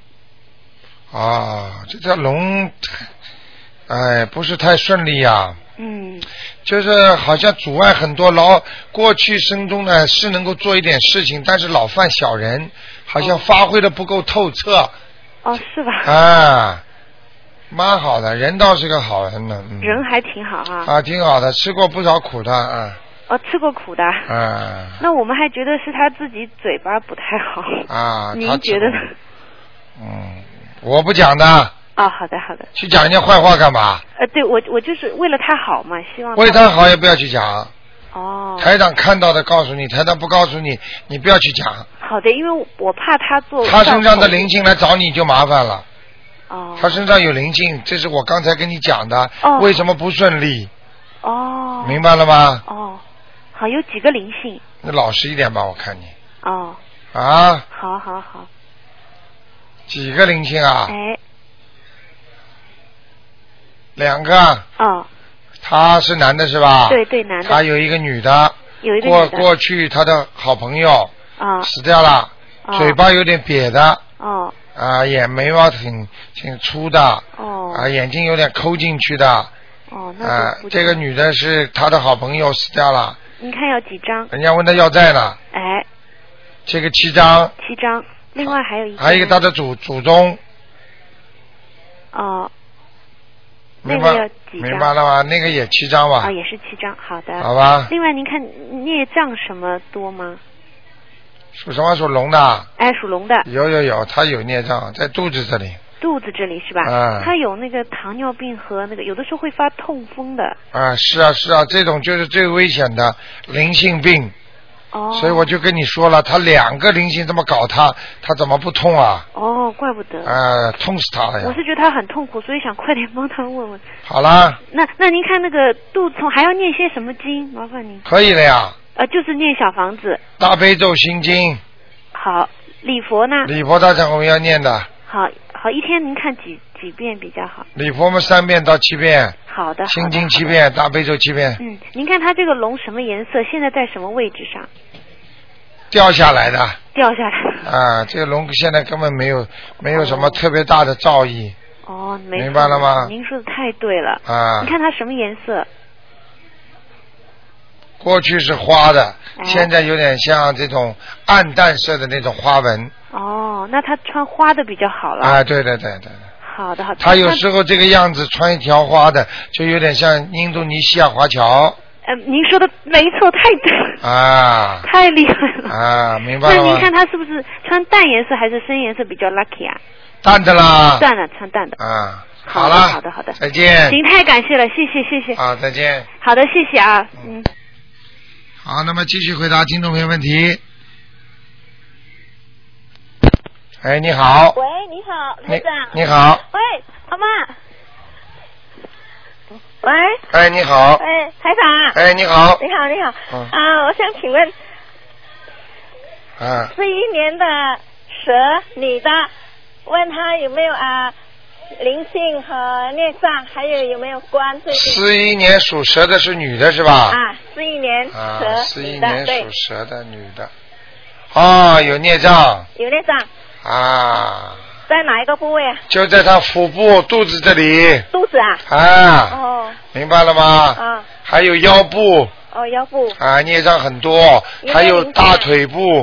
啊，这条龙，哎，不是太顺利呀、啊。 嗯， 就是好像阻碍很多，老过去生中呢是能够做一点事情，但是老犯小人，好像发挥的不够透彻。 哦，是吧？ 啊，蛮好的，人倒是个好人呢。嗯、 人还挺好啊。 啊，挺好的，吃过不少苦的啊。 哦，吃过苦的。 啊。 那我们还觉得是他自己嘴巴不太好。 啊， 您觉得呢？ 嗯，我不讲的。 哦，好的好的。 去讲人家坏话干嘛？ 呃，对我我就是为了他好嘛，希望他。 为他好也不要去讲。 哦。 台长看到的告诉你，台长不告诉你，你不要去讲。 好的，因为我怕他做。 他身上的灵性来找你就麻烦了。 哦。 他身上有灵性，这是我刚才跟你讲的。 哦。 为什么不顺利？ 哦。 明白了吗？ 哦。好，有几个灵性。 那老实一点吧，我看你。 哦。 啊。 好好好。 几个灵性啊？ 哎。 两个。 哦。 他是男的是吧？ 对对，男的。 他有一个女的。 有一个女的。 过过去他的好朋友。 啊。 死掉了。 哦。 嘴巴有点瘪的。 哦。 啊，眼眉毛挺挺粗的。 哦。 啊，眼睛有点抠进去的。 哦，那啊，这个女的是他的好朋友，死掉了。 您看要几张？ 人家问他要债呢。 哎。 这个七张。 七张，另外还有一个。 还有一个他的祖祖宗。 哦。 明白， 那个要几张？ 明白了吗？那个也七张吧。 啊，也是七张，好的。 好吧。 另外，您看孽障什么多吗？ 属什么？属龙的。 哎，属龙的。 有有有，他有孽障在肚子这里。 肚子这里是吧？ 嗯。 他有那个糖尿病和那个，有的时候会发痛风的。 啊，是啊是啊，这种就是最危险的灵性病。 哦。 所以我就跟你说了，他两个灵性这么搞他，他怎么不痛啊？ 哦，怪不得。 啊，痛死他了呀！ 我是觉得他很痛苦，所以想快点帮他问问。 好啦。 那那您看那个肚痛还要念些什么经？麻烦您。 可以了呀。 呃，就是念小房子。 大悲咒心经。 好，礼佛呢？ 礼佛大忏悔要念的。 好好，一天您看几几遍比较好？ 礼佛嘛，三遍到七遍。 好的。 心经七遍，大悲咒七遍。 嗯，您看它这个龙什么颜色？现在在什么位置上？ 掉下来的。 掉下来。 啊，这个龙现在根本没有没有什么特别大的造诣。 哦，没明白了吗？ 您说的太对了。 啊。 你看它什么颜色？ 过去是花的， 哎、 现在有点像这种暗淡色的那种花纹。 哦，那他穿花的比较好了。 啊，对对对对。 好的好的。 他有时候这个样子穿一条花的，就有点像印度尼西亚华侨。 呃，您说的没错，太对了。 啊。 太厉害了。 啊，明白了吗？ 那您看他是不是穿淡颜色还是深颜色比较 lucky 啊？ 淡的啦。 淡的，穿淡的。 啊。 好了， 好的好的。 再见。 行，太感谢了，谢谢谢谢。 好，再见。 好的，谢谢啊，嗯。 好，那么继续回答听众朋友问题。哎，你好。 喂，你好，台长。 你好。 喂，阿妈。喂。 哎，你好。 哎，台长。 哎，你好。 你好，你好。 嗯。 啊，我想请问。 啊。 四一年的蛇女的，问她有没有啊灵性和孽障，还有有没有关？ 四一年属蛇的是女的是吧？ 啊，四一年蛇啊，四一年属蛇的女的。哦，有孽障。 有孽障。 啊。 在哪一个部位啊？ 就在她腹部肚子这里。 肚子啊？ 啊。 哦。 明白了吗？ 啊。 还有腰部。 哦，腰部。 啊，孽障很多，还有大腿部。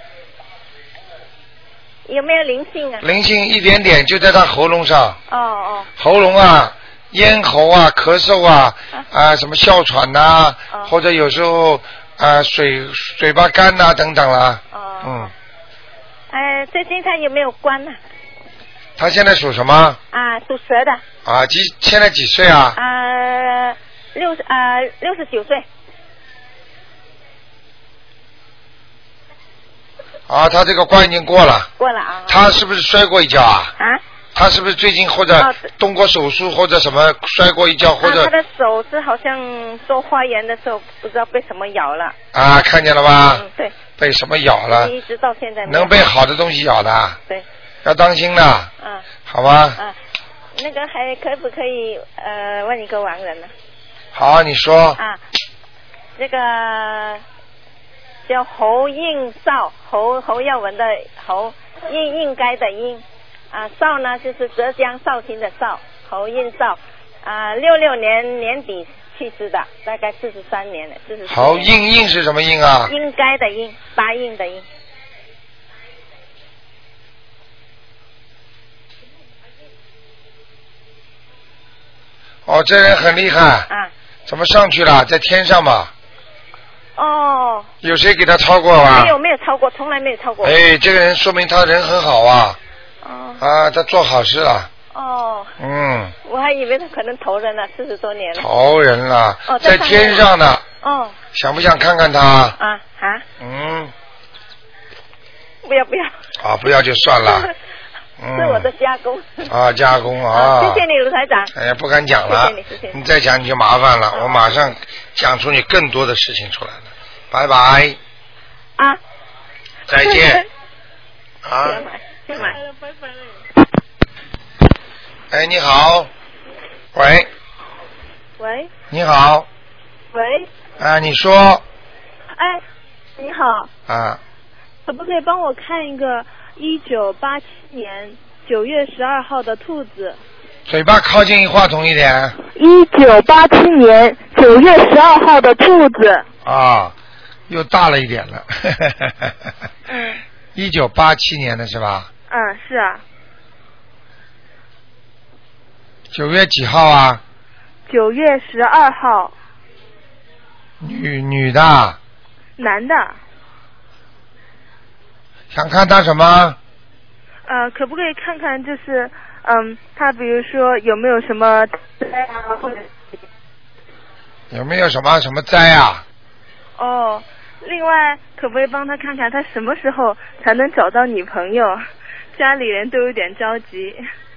有没有灵性啊？ 灵性一点点，就在他喉咙上。 哦哦。 喉咙啊，咽喉啊，咳嗽啊，啊、呃、什么哮喘呐、啊哦， 或者有时候啊、呃、嘴嘴巴干呐、啊、等等啦。 哦。 嗯。 呃，最近他有没有关呢、啊？ 他现在属什么？ 啊，属蛇的。 啊，几现在几岁啊？ 呃，六十呃六十九岁。 啊，他这个关已经过了。 过了啊。 他是不是摔过一跤啊？ 啊。 他是不是最近或者动过手术或者什么摔过一跤或者？ 啊、他的手是好像做化验的时候不知道被什么咬了。 啊，看见了吧？ 嗯，对。 被什么咬了？ 一直到现在没有。 能被好的东西咬的。 对。 要当心的。 嗯。 好吧。 嗯，那个还可不可以呃问一个亡人呢？ 好，你说。 啊，这个。叫侯应少，侯侯耀文的侯，应应该的应，啊少呢就是浙江绍兴的绍，侯应少，啊六六年年底去世的，大概四十三年了，四十。 好印印是什么印啊？ 应该的应，答应的应。 哦，这人很厉害。 啊。 怎么上去了？在天上嘛。 哦。 有谁给他超过啊？ 没有，没有超过，从来没有超过。 哎，这个人说明他人很好啊。 哦。 啊，他做好事了。 哦。 嗯。 我还以为他可能投人了，四十多年了。 投人了。 哦， 在天上呢。 哦。 想不想看看他？ 啊啊。 嗯。 不要不要。 啊，不要就算了。嗯。 是我的加工。 啊，加工啊！ 谢谢你，卢台长。 哎呀，不敢讲了。 谢谢你，谢谢你。 你再讲你就麻烦了，我马上讲出你更多的事情出来了。拜拜。 啊。 再见。啊。 别买，别买。拜拜。 哎，你好。喂。 喂。 你好。 喂。 啊，你说。 哎，你好。 啊。 可不可以帮我看一个一九八七年九月十二号的兔子？ 嘴巴靠近话筒一点。 一九八七年九月十二号的兔子。 啊，又大了一点了。 嗯。 一九八七年的是吧？ 嗯，是啊。 九月几号啊？ 九月十二号。 女女的。 男的。 想看他什么？ 呃，可不可以看看就是，嗯，他比如说有没有什么灾啊，或者有没有什么什么灾啊？ 哦，另外可不可以帮他看看他什么时候才能找到女朋友？家里人都有点着急。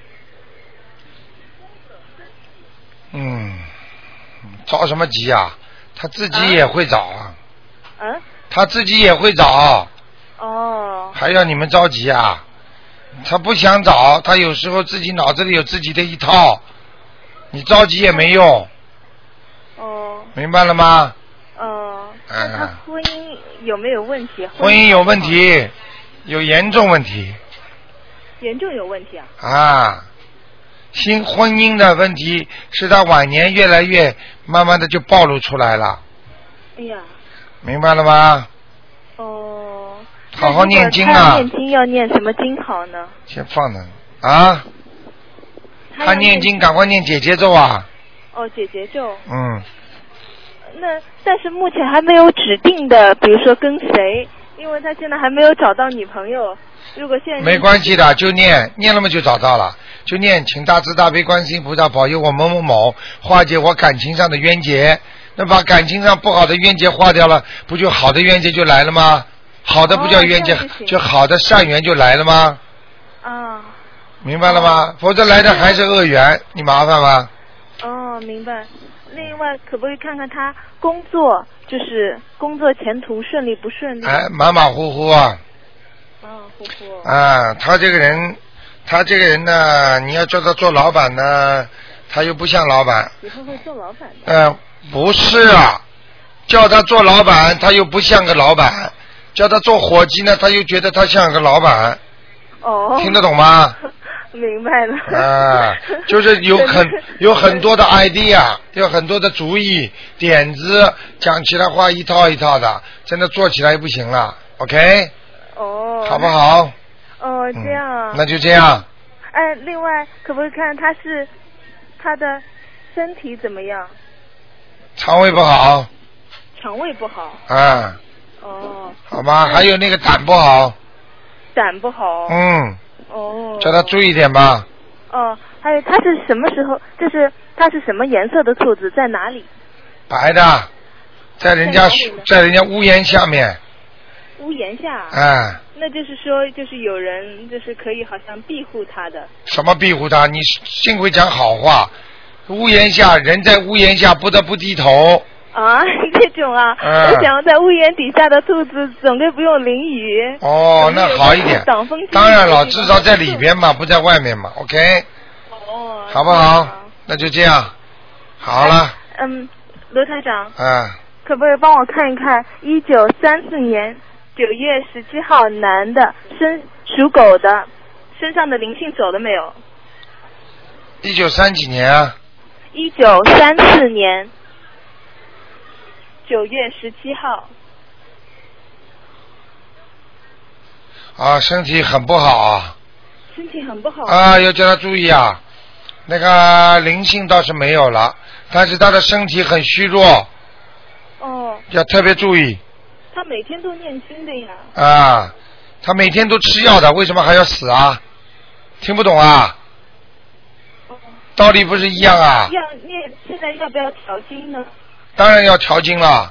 嗯，着什么急啊？他自己也会找啊。 嗯、啊。 他自己也会找。 哦。 还要你们着急啊？他不想找，他有时候自己脑子里有自己的一套，你着急也没用。 哦。 明白了吗？ 哦。 嗯。 那他婚姻有没有问题？ 婚姻有问题，有严重问题。 严重有问题啊？ 啊，新婚姻的问题是他晚年越来越慢慢的就暴露出来了。 哎呀。 明白了吗？ 哦。 好好念经啊！ 念经要念什么经好呢？ 先放着啊！他念经赶快念姐姐咒啊！ 哦，姐姐咒。 嗯。 那但是目前还没有指定的，比如说跟谁，因为他现在还没有找到女朋友。如果现在没关系的，就念念了嘛就找到了，就念请大慈大悲观世音菩萨保佑我某某某化解我感情上的冤结。那把感情上不好的冤结化掉了，不就好的冤结就来了吗？好的不叫冤结，哦、就, 就好的善缘就来了吗？ 啊。 明白了吗？哦、否则来的还是恶缘，你麻烦吗？ 哦，明白。另外，可不可以看看他工作，就是工作前途顺利不顺利？ 哎，马马虎虎啊。 马马虎虎。 啊，他这个人，他这个人呢，你要叫他做老板呢，他又不像老板。 以后会做老板的。 嗯、呃，不是啊，叫他做老板，他又不像个老板。叫他做伙计呢，他又觉得他像个老板。 哦。 听得懂吗？ 明白了。 啊，就是有很有很多的 idea， 有很多的主意点子，讲起来话一套一套的，真的做起来不行了。OK。 哦。 好不好？ 哦，这样啊、 嗯。那就这样。 哎，另外可不可以看他是他的身体怎么样？ 肠胃不好。 肠胃不好。 啊。 哦。 好吧，还有那个胆不好。 胆不好。 嗯。 哦。 叫他注意点吧。 哦，还有他是什么时候？就是他是什么颜色的兔子？在哪里？ 白的，在人家在人家屋檐下面。 屋檐下。 哎。 那就是说，就是有人就是可以好像庇护他的。 什么庇护他？你幸亏讲好话。屋檐下，人在屋檐下不得不低头。 啊，这种啊， 嗯、 我想在屋檐底下的兔子总归不用淋雨。 哦，那好一点。 挡风。 当然了，至少在里边嘛，不在外面嘛。OK。 哦。 好不好？那就这样。好了。 嗯，罗台长。 嗯。 可不可以帮我看一看一九三四年九月十七号男的，身属狗的，身上的灵性走了没有？ 一九三几年啊？ 一九三四年。 九月十七号。 啊，身体很不好啊。 身体很不好。 啊，要叫他注意啊。那个灵性倒是没有了，但是他的身体很虚弱。 哦。 要特别注意。 他每天都念经的呀。 啊，他每天都吃药的，为什么还要死啊？听不懂啊？ 哦。 道理不是一样啊？ 要念，现在要不要调经呢？ 当然要调经了，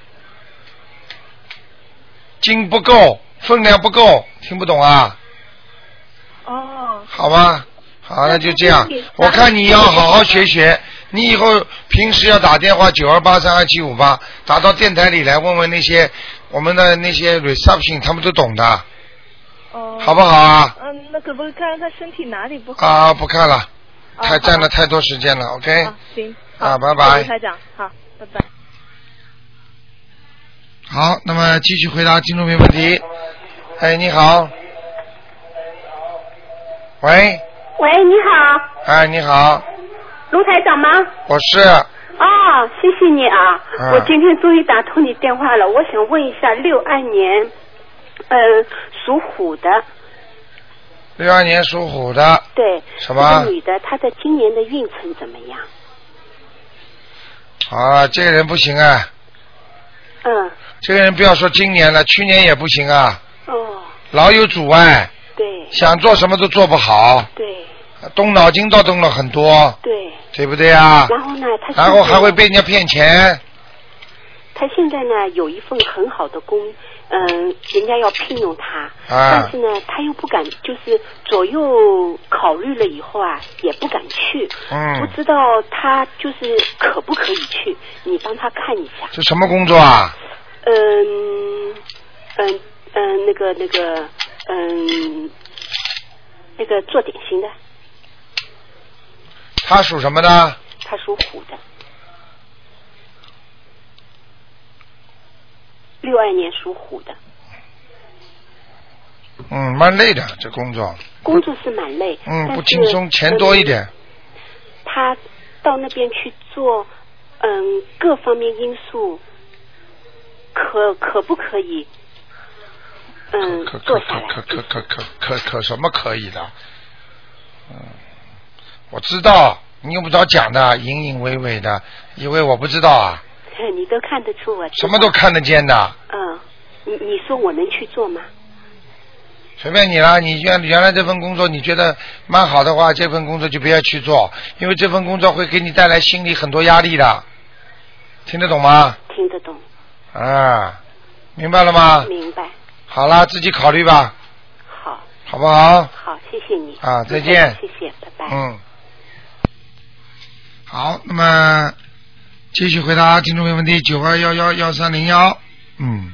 经不够，分量不够，听不懂啊？ 哦。 好吧，好，那就这样。我看你要好好学学，你以后平时要打电话九二八三二七五八，打到电台里来问问那些我们的那些 reception， 他们都懂的。 哦。 好不好啊？ 嗯，那可不可以看看他身体哪里不好？ 啊，不看了， 哦、 太占了太多时间了。OK。 行。 啊，拜拜。 谢谢台长，好，拜拜。 好，那么继续回答听众朋友问题。哎，你好。喂。 喂，你好。 哎，你好。 卢台长吗？ 我是。 哦，谢谢你啊！ 嗯、 我今天终于打通你电话了。我想问一下，六二年，呃，属虎的。 六二年属虎的。 对。 什么？ 这个女的，她的今年的运程怎么样？ 啊，这个人不行啊。 嗯。 这个人不要说今年了，去年也不行啊。 哦。 老有阻碍。 对。 想做什么都做不好。 对。 动脑筋倒动了很多。 对。 对不对啊？ 然后呢，他然后还会被人家骗钱。 他现在呢有一份很好的工，嗯，人家要聘用他， 啊、 但是呢他又不敢，就是左右考虑了以后啊，也不敢去。 嗯。 不知道他就是可不可以去？你帮他看一下。 这什么工作啊？ 嗯嗯嗯，那个那个嗯，那个做点心的。 他属什么的？ 他属虎的，六二年属虎的。 嗯，蛮累的这工作。 工作是蛮累。 嗯，不轻松，钱多一点、嗯。 他到那边去做，嗯，各方面因素，可可不可以？嗯， 可做下来。 可可可可可可什么可以的？嗯。我知道，你用不着讲的，隐隐微微的，以为我不知道啊？ 你都看得出我。 什么都看得见的。 嗯，你你说我能去做吗？ 随便你了，你原原来这份工作你觉得蛮好的话，这份工作就不要去做，因为这份工作会给你带来心里很多压力的。听得懂吗？ 听得懂。 啊，明白了吗？ 明白。 好了，自己考虑吧。 好。 好不好？ 好，谢谢你。 啊，再见。 谢谢，拜拜。 嗯。好，那么继续回答听众朋友问题，九二幺幺幺三零幺，嗯，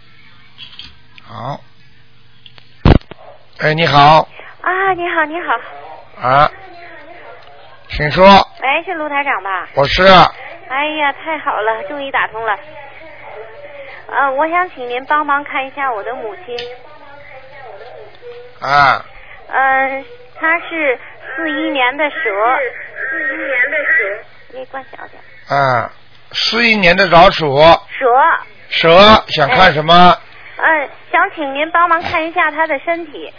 好，哎，你好。 啊，你好，你好。 啊，请说。 喂，是卢台长吧？ 我是。 哎呀，太好了，终于打通了。呃，我想请您帮忙看一下我的母亲。 啊。 嗯、呃，她是四一年的蛇。四一年的蛇。你关小点。 啊，四一年的老鼠。 蛇。 蛇想看什么？ 嗯、呃，想请您帮忙看一下她的身体。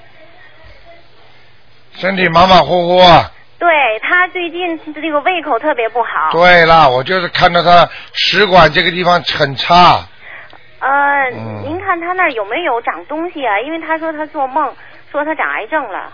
身体马马虎虎。 对，她最近这个胃口特别不好。 对了，我就是看到她食管这个地方很差。 呃、 嗯， 您看她那儿有没有长东西啊？因为她说她做梦说她长癌症了。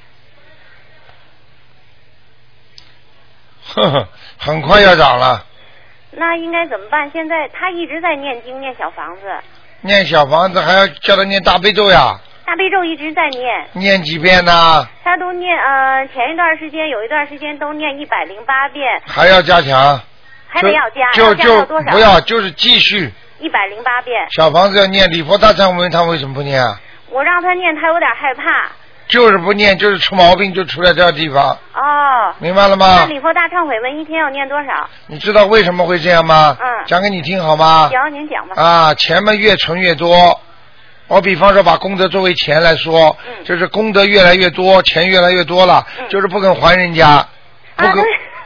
呵呵，很快要长了。 那应该怎么办？现在她一直在念经念小房子。 念小房子还要叫她念大悲咒呀。 大悲咒一直在念。 念几遍呢？ 她都念呃，前一段时间有一段时间都念一百零八遍。 还要加强。 还得要加， 就要加到多少？ 不要，就是继续。 一百零八遍。 小房子要念，礼佛大忏悔，他为什么不念啊？ 我让他念，他有点害怕。 就是不念，就是出毛病，就出在这个地方。 哦。 明白了吗？ 那礼佛大忏悔文一天要念多少？ 你知道为什么会这样吗？ 嗯。 讲给你听好吗？ 行，您讲吧。 啊，钱嘛越存越多。我比方说把功德作为钱来说，嗯、就是功德越来越多，钱越来越多了，嗯、就是不肯还人家，不肯、啊、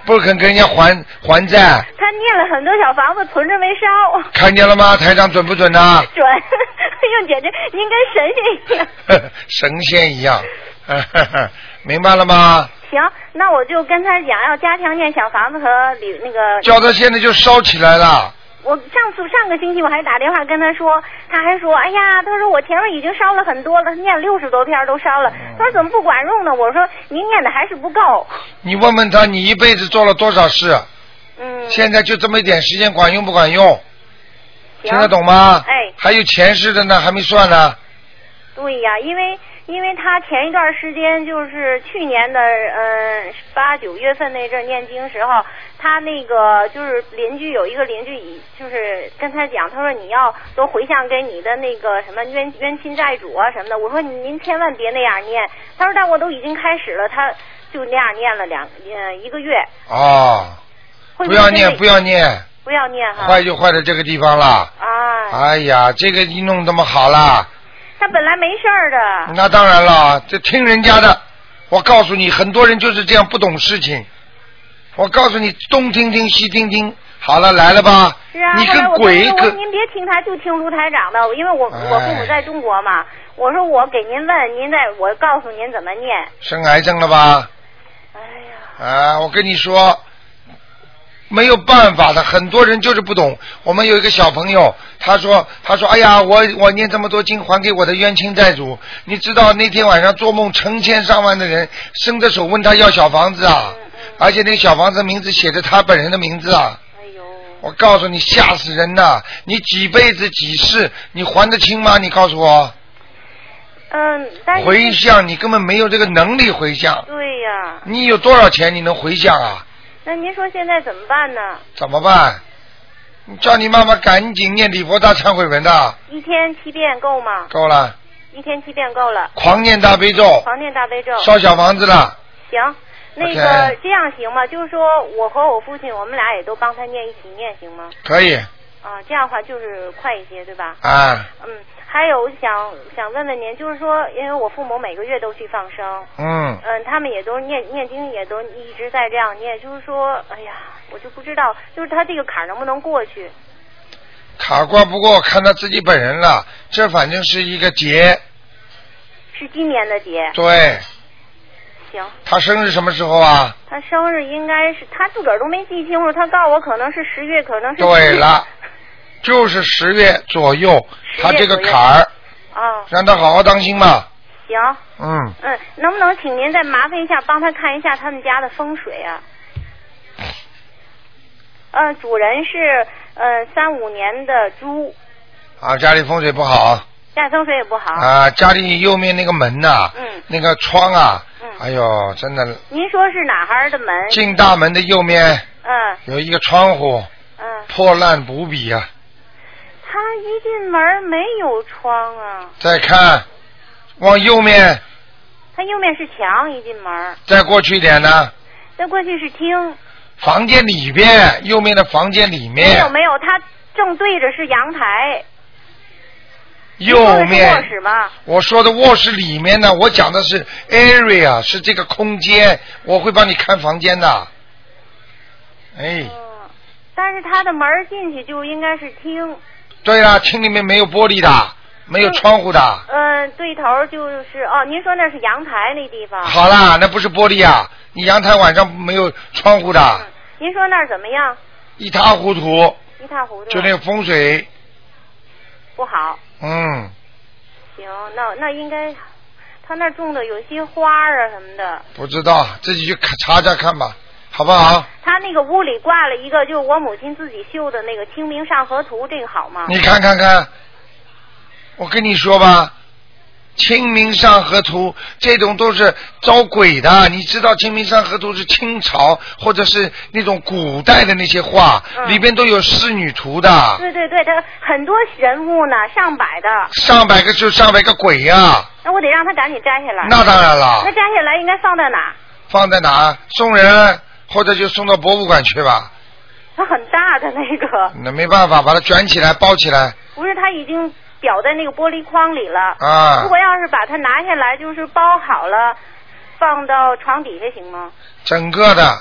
不肯跟人家还还债。 他念了很多小房子，存着没烧。 看见了吗？台长准不准呐？ 准。哎呦，姐姐，您跟神仙一样。 神仙一样，明白了吗？ 行，那我就跟他讲，要加强念小房子和里那个。 叫他现在就烧起来了。 我上次上个星期我还打电话跟他说，他还说，哎呀，他说我前面已经烧了很多了，念六十多篇都烧了，他说怎么不管用呢？我说您念的还是不够。 你问问他，你一辈子做了多少事？ 嗯。 现在就这么一点时间，管用不管用？听得懂吗？ 哎。 还有前世的呢，还没算呢。 对呀，因为因为他前一段时间就是去年的嗯八九月份那阵念经时候，他那个就是邻居有一个邻居以就是跟他讲，他说你要多回向给你的那个什么冤冤亲债主啊什么的。我说您千万别那样念。他说但我都已经开始了，他就那样念了两呃一个月。 哦，不要念不要念。 不要念哈。 坏就坏在这个地方了。 啊。 哎呀，这个一弄这么好了。 他本来没事儿的。 那当然了，这听人家的。我告诉你，很多人就是这样不懂事情。我告诉你，东听听西听听，好了来了吧？ 是啊， 你跟鬼可。 您别听他，就听卢台长的，因为我、哎、我父母在中国嘛。我说我给您问，您再我告诉您怎么念。 生癌症了吧？ 哎呀。 啊，我跟你说。没有办法的，很多人就是不懂。我们有一个小朋友，他说：“他说，哎呀，我我念这么多经还给我的冤亲债主。你知道那天晚上做梦，成千上万的人伸着手问他要小房子啊，嗯嗯、而且那个小房子名字写着他本人的名字啊。哎呦！我告诉你，吓死人呐！你几辈子几世，你还得清吗？你告诉我。 嗯，但是回向你根本没有这个能力回向。 对呀。 你有多少钱你能回向啊？ 那您说现在怎么办呢？ 怎么办？你叫你妈妈赶紧念礼佛大忏悔文的。 一天七遍够吗？ 够了。 一天七遍够了。 狂念大悲咒。 狂念大悲咒。 烧小房子了。 行，那个、okay. 这样行吗？就是说我和我父亲，我们俩也都帮他念一起念，行吗？ 可以。 啊，这样的话就是快一些，对吧？ 啊。 嗯。还有想想问问您，就是说，因为我父母每个月都去放生， 嗯， 嗯，他们也都念念经，也都一直在这样念，就是说，哎呀，我就不知道，就是他这个坎能不能过去？ 卡过不过看他自己本人了，这反正是一个劫。 是今年的劫。 对。 行。 他生日什么时候啊？ 他生日应该是他自个儿都没记清楚，他告诉我可能是十月，可能是。 对了。就是十月左右，他这个坎儿， 哦， 让他好好当心嘛。 行。 嗯。 嗯，能不能请您再麻烦一下，帮他看一下他们家的风水啊？呃，主人是呃三五年的猪。 啊，家里风水不好。 家里风水也不好。 啊，家里右面那个门呐、啊， 嗯， 那个窗啊， 嗯， 哎呦，真的。 您说是哪哈的门？ 进大门的右面。 嗯。 有一个窗户。 嗯。 破烂无比啊。 他一进门没有窗啊。 再看，往右面。 他右面是墙，一进门。 再过去一点呢？ 再过去是厅。 房间里边，右面的房间里面。 没有没有，他正对着是阳台。 右面。 卧室吗？ 我说的卧室里面呢，我讲的是 area， 是这个空间，我会帮你看房间的。哎。 嗯，但是他的门进去就应该是厅。 对了，厅里面没有玻璃的，没有窗户的。 嗯、呃，对头就是哦，您说那是阳台那地方。 好啦，那不是玻璃啊，你阳台晚上没有窗户的。 嗯、您说那儿怎么样？ 一塌糊涂。 一塌糊涂。 就那个风水。 不好。 嗯。 行，那那应该，他那种的有些花啊什么的。 不知道，自己去查查看吧。好不好？ 他那个屋里挂了一个，就是我母亲自己绣的那个《清明上河图》，这个好吗？ 你看看看，我跟你说吧，《清明上河图》这种都是招鬼的。你知道《清明上河图》是清朝或者是那种古代的那些画，嗯、里边都有仕女图的。 对对对，他很多人物呢，上百的。 上百个就上百个鬼呀、啊！ 那我得让他赶紧摘下来。 那当然了。 那摘下来应该放在哪？ 放在哪？送人。或者就送到博物馆去吧。 它很大的那个。 那没办法，把它卷起来包起来。 不是，它已经裱在那个玻璃框里了。 啊。 如果要是把它拿下来，就是包好了，放到床底下行吗？ 整个的。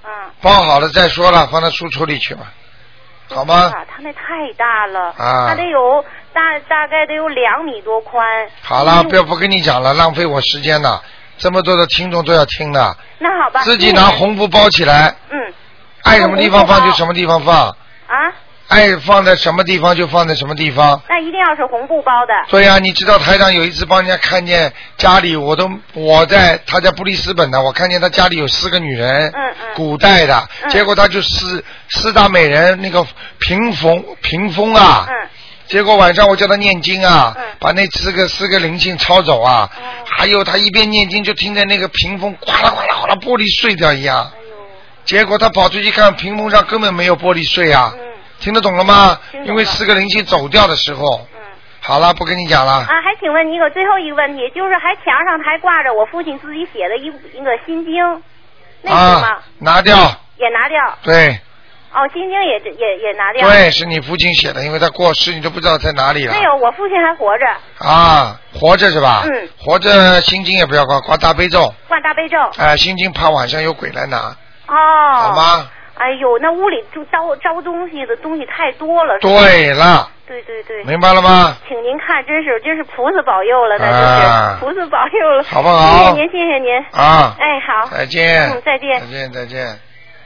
嗯。 包好了再说了，放到书橱里去吧，好吗？ 啊，他那太大了， 啊他得有大大概得有两米多宽。 好了，不要不跟你讲了，浪费我时间了。这么多的听众都要听的。 那好吧。 自己拿红布包起来。 嗯。 爱什么地方放就什么地方放。 啊。 爱放在什么地方就放在什么地方。 那一定要是红布包的。 对呀、啊，你知道台长有一次帮人家看见家里，我都我在他在布里斯本呢，我看见他家里有四个女人， 嗯嗯， 古代的， 嗯、 结果他就四四大美人那个屏风屏风啊， 嗯， 结果晚上我叫他念经啊， 嗯、 把那四个四个灵性抄走啊，嗯、还有他一边念经就听见那个屏风哗啦哗啦哗啦玻璃碎掉一样，哎、结果他跑出去看屏风上根本没有玻璃碎啊。嗯，听得懂了吗？因为四个灵性走掉的时候，嗯，好了，不跟你讲了。 啊，还请问你一个最后一个问题，就是还墙上还挂着我父亲自己写的一一个心经，那个吗？ 啊，拿掉。 也拿掉。 对。 哦，心经也也也拿掉。 对，是你父亲写的，因为他过世，你都不知道在哪里了。 没有，我父亲还活着。 啊，活着是吧？ 嗯。 活着，心经也不要挂，挂大悲咒。 挂大悲咒。 哎、呃，心经怕晚上有鬼来拿。 哦。 好吗？ 哎呦，那屋里就招招东西的东西太多了。 对了。 对对对。 明白了吗？ 请您看，真是真是菩萨保佑了，那就是、啊、菩萨保佑了。 好不好？ 谢谢您，谢谢您。 啊。 哎，好。 再见。 嗯，再见。 再见，再见。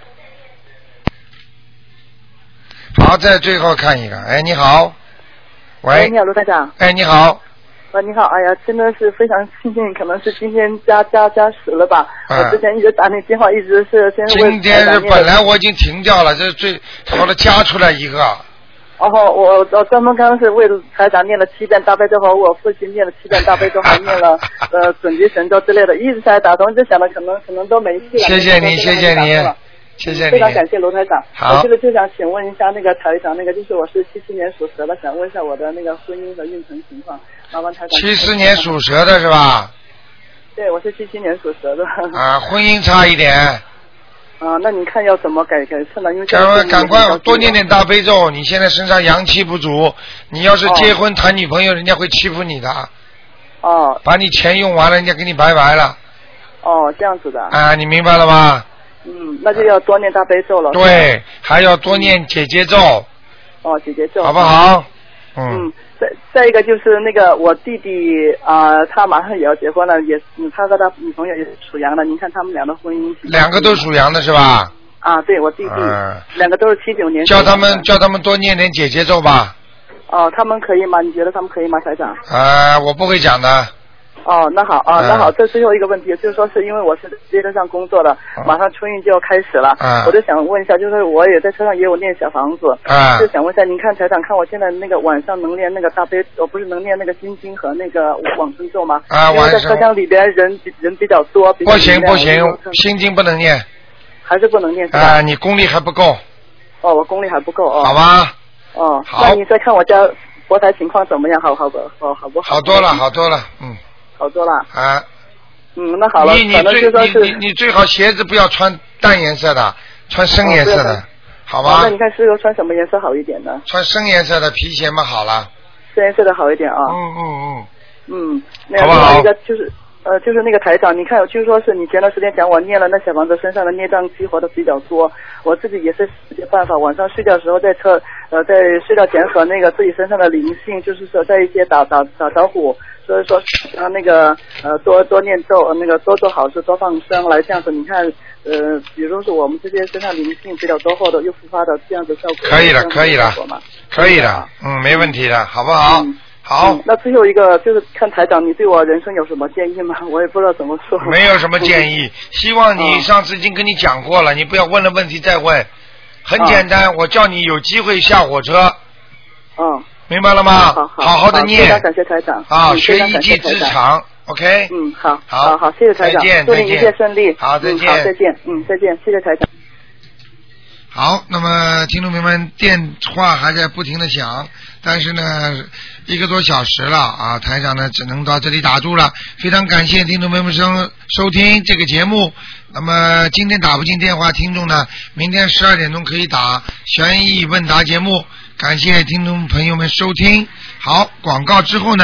好，在最后看一个。哎，你好。喂。 哎，你好，卢台长。 哎，你好。 啊，你好，哎呀，真的是非常庆幸，可能是今天加加加时了吧？ 嗯、 我之前一直打那电话，一直是先问。 今天是本来我已经停掉了，这是最后来加出来一个。 然后我我专门刚刚是为台长念了七遍大悲咒，和我父亲念了七遍大悲咒，还念了呃准提神咒之类的，一直在打通，就想着可能可能都没戏了。 谢谢你，谢谢你。谢谢你， 非常感谢罗台长。 好， 我这个就想请问一下那个台长，那个就是我是七七年属蛇的，想问一下我的那个婚姻和运程情况，麻烦台长。 七四年属蛇的是吧？ 对，我是七七年属蛇的。 啊，婚姻差一点。 啊，那你看要怎么改改善呢？因为赶快赶快多念点大悲咒，你现在身上阳气不足，你要是结婚谈女朋友，人家会欺负你的。 哦。 把你钱用完了，人家给你拜拜了。 哦，这样子的。 啊，你明白了吗？ 嗯，那就要多念大悲咒了。 对，还要多念姐姐咒。 哦，姐姐咒。 好不好？ 嗯。嗯，再再一个就是那个我弟弟啊、呃，他马上也要结婚了，也嗯，他和他女朋友也是属羊的，您看他们俩的婚姻。 两个都属羊的是吧？ 啊，对，我弟弟， 嗯、 两个都是七九年。 叫他们叫他们多念点姐姐咒吧。 哦，他们可以吗？你觉得他们可以吗，台长？ 啊、呃，我不会讲的。 哦，那好啊， 嗯、 那好，这最后一个问题就是说，是因为我是街车上工作的，嗯、马上春运就要开始了， 嗯、 我就想问一下，就是我也在车上也有念小房子， 嗯、 就想问一下，您看台长，看我现在那个晚上能念那个大悲，我不是能念那个心经和那个往生咒吗？ 啊， 因为在车厢里边人人比较多，比较不行不行，心经不能念， 还是不能念是吧？ 啊，你功力还不够。 哦，我功力还不够哦。 好吧。 哦， 好。 那你再看我家佛台情况怎么样？好好不好好不好？ 好多了，好多了，嗯。 好多了啊， 嗯，那好了， 你你最你你你最好鞋子不要穿淡颜色的，穿深颜色的，哦、好吧、 哦？那你看适合穿什么颜色好一点呢？ 穿深颜色的皮鞋嘛，好了。 深颜色的好一点啊。 嗯嗯嗯。 嗯，那另外一个就是呃，就是那个台长，你看，据说是你前段时间讲我念了那小房子身上的孽障激活的比较多，我自己也是想办法，晚上睡觉的时候在车呃在睡觉前和那个自己身上的灵性，就是说在一些打打打招呼。所以说，呃，那个，呃，多多念咒，那个多做好事，多放生，来这样子。你看，呃，比如说我们这些身上灵性比较多或者又复发的这样子效果， 可以了，可以了，可以的，嗯，没问题的，好不好？ 嗯、 好、 嗯。那最后一个就是看台长，你对我人生有什么建议吗？我也不知道怎么说。 没有什么建议，希望你上次已经跟你讲过了，你不要问了问题再问。很简单，我叫你有机会下火车。 嗯。 明白了吗？ 好好好好的念。 非常感谢台长。 啊， 嗯、 学一技之长 ，OK。 嗯，好， 好， 好好，谢谢台长， 再见， 祝您一切顺利。 好，再见， 嗯、好，再见，嗯，再见，谢谢台长。 好，那么听众朋友们，电话还在不停的响，但是呢，一个多小时了啊，台长呢只能到这里打住了。非常感谢听众朋友们收收听这个节目。那么今天打不进电话，听众呢，明天十二点钟可以打悬疑问答节目。感谢听众朋友们收听。好，广告之后呢，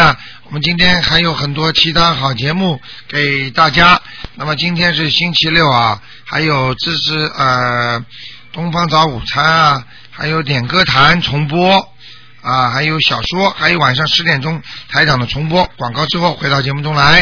我们今天还有很多其他好节目给大家。那么今天是星期六啊，还有支持呃东方早午餐啊，还有点歌坛重播啊，还有小说，还有晚上十点钟台长的重播。广告之后回到节目中来。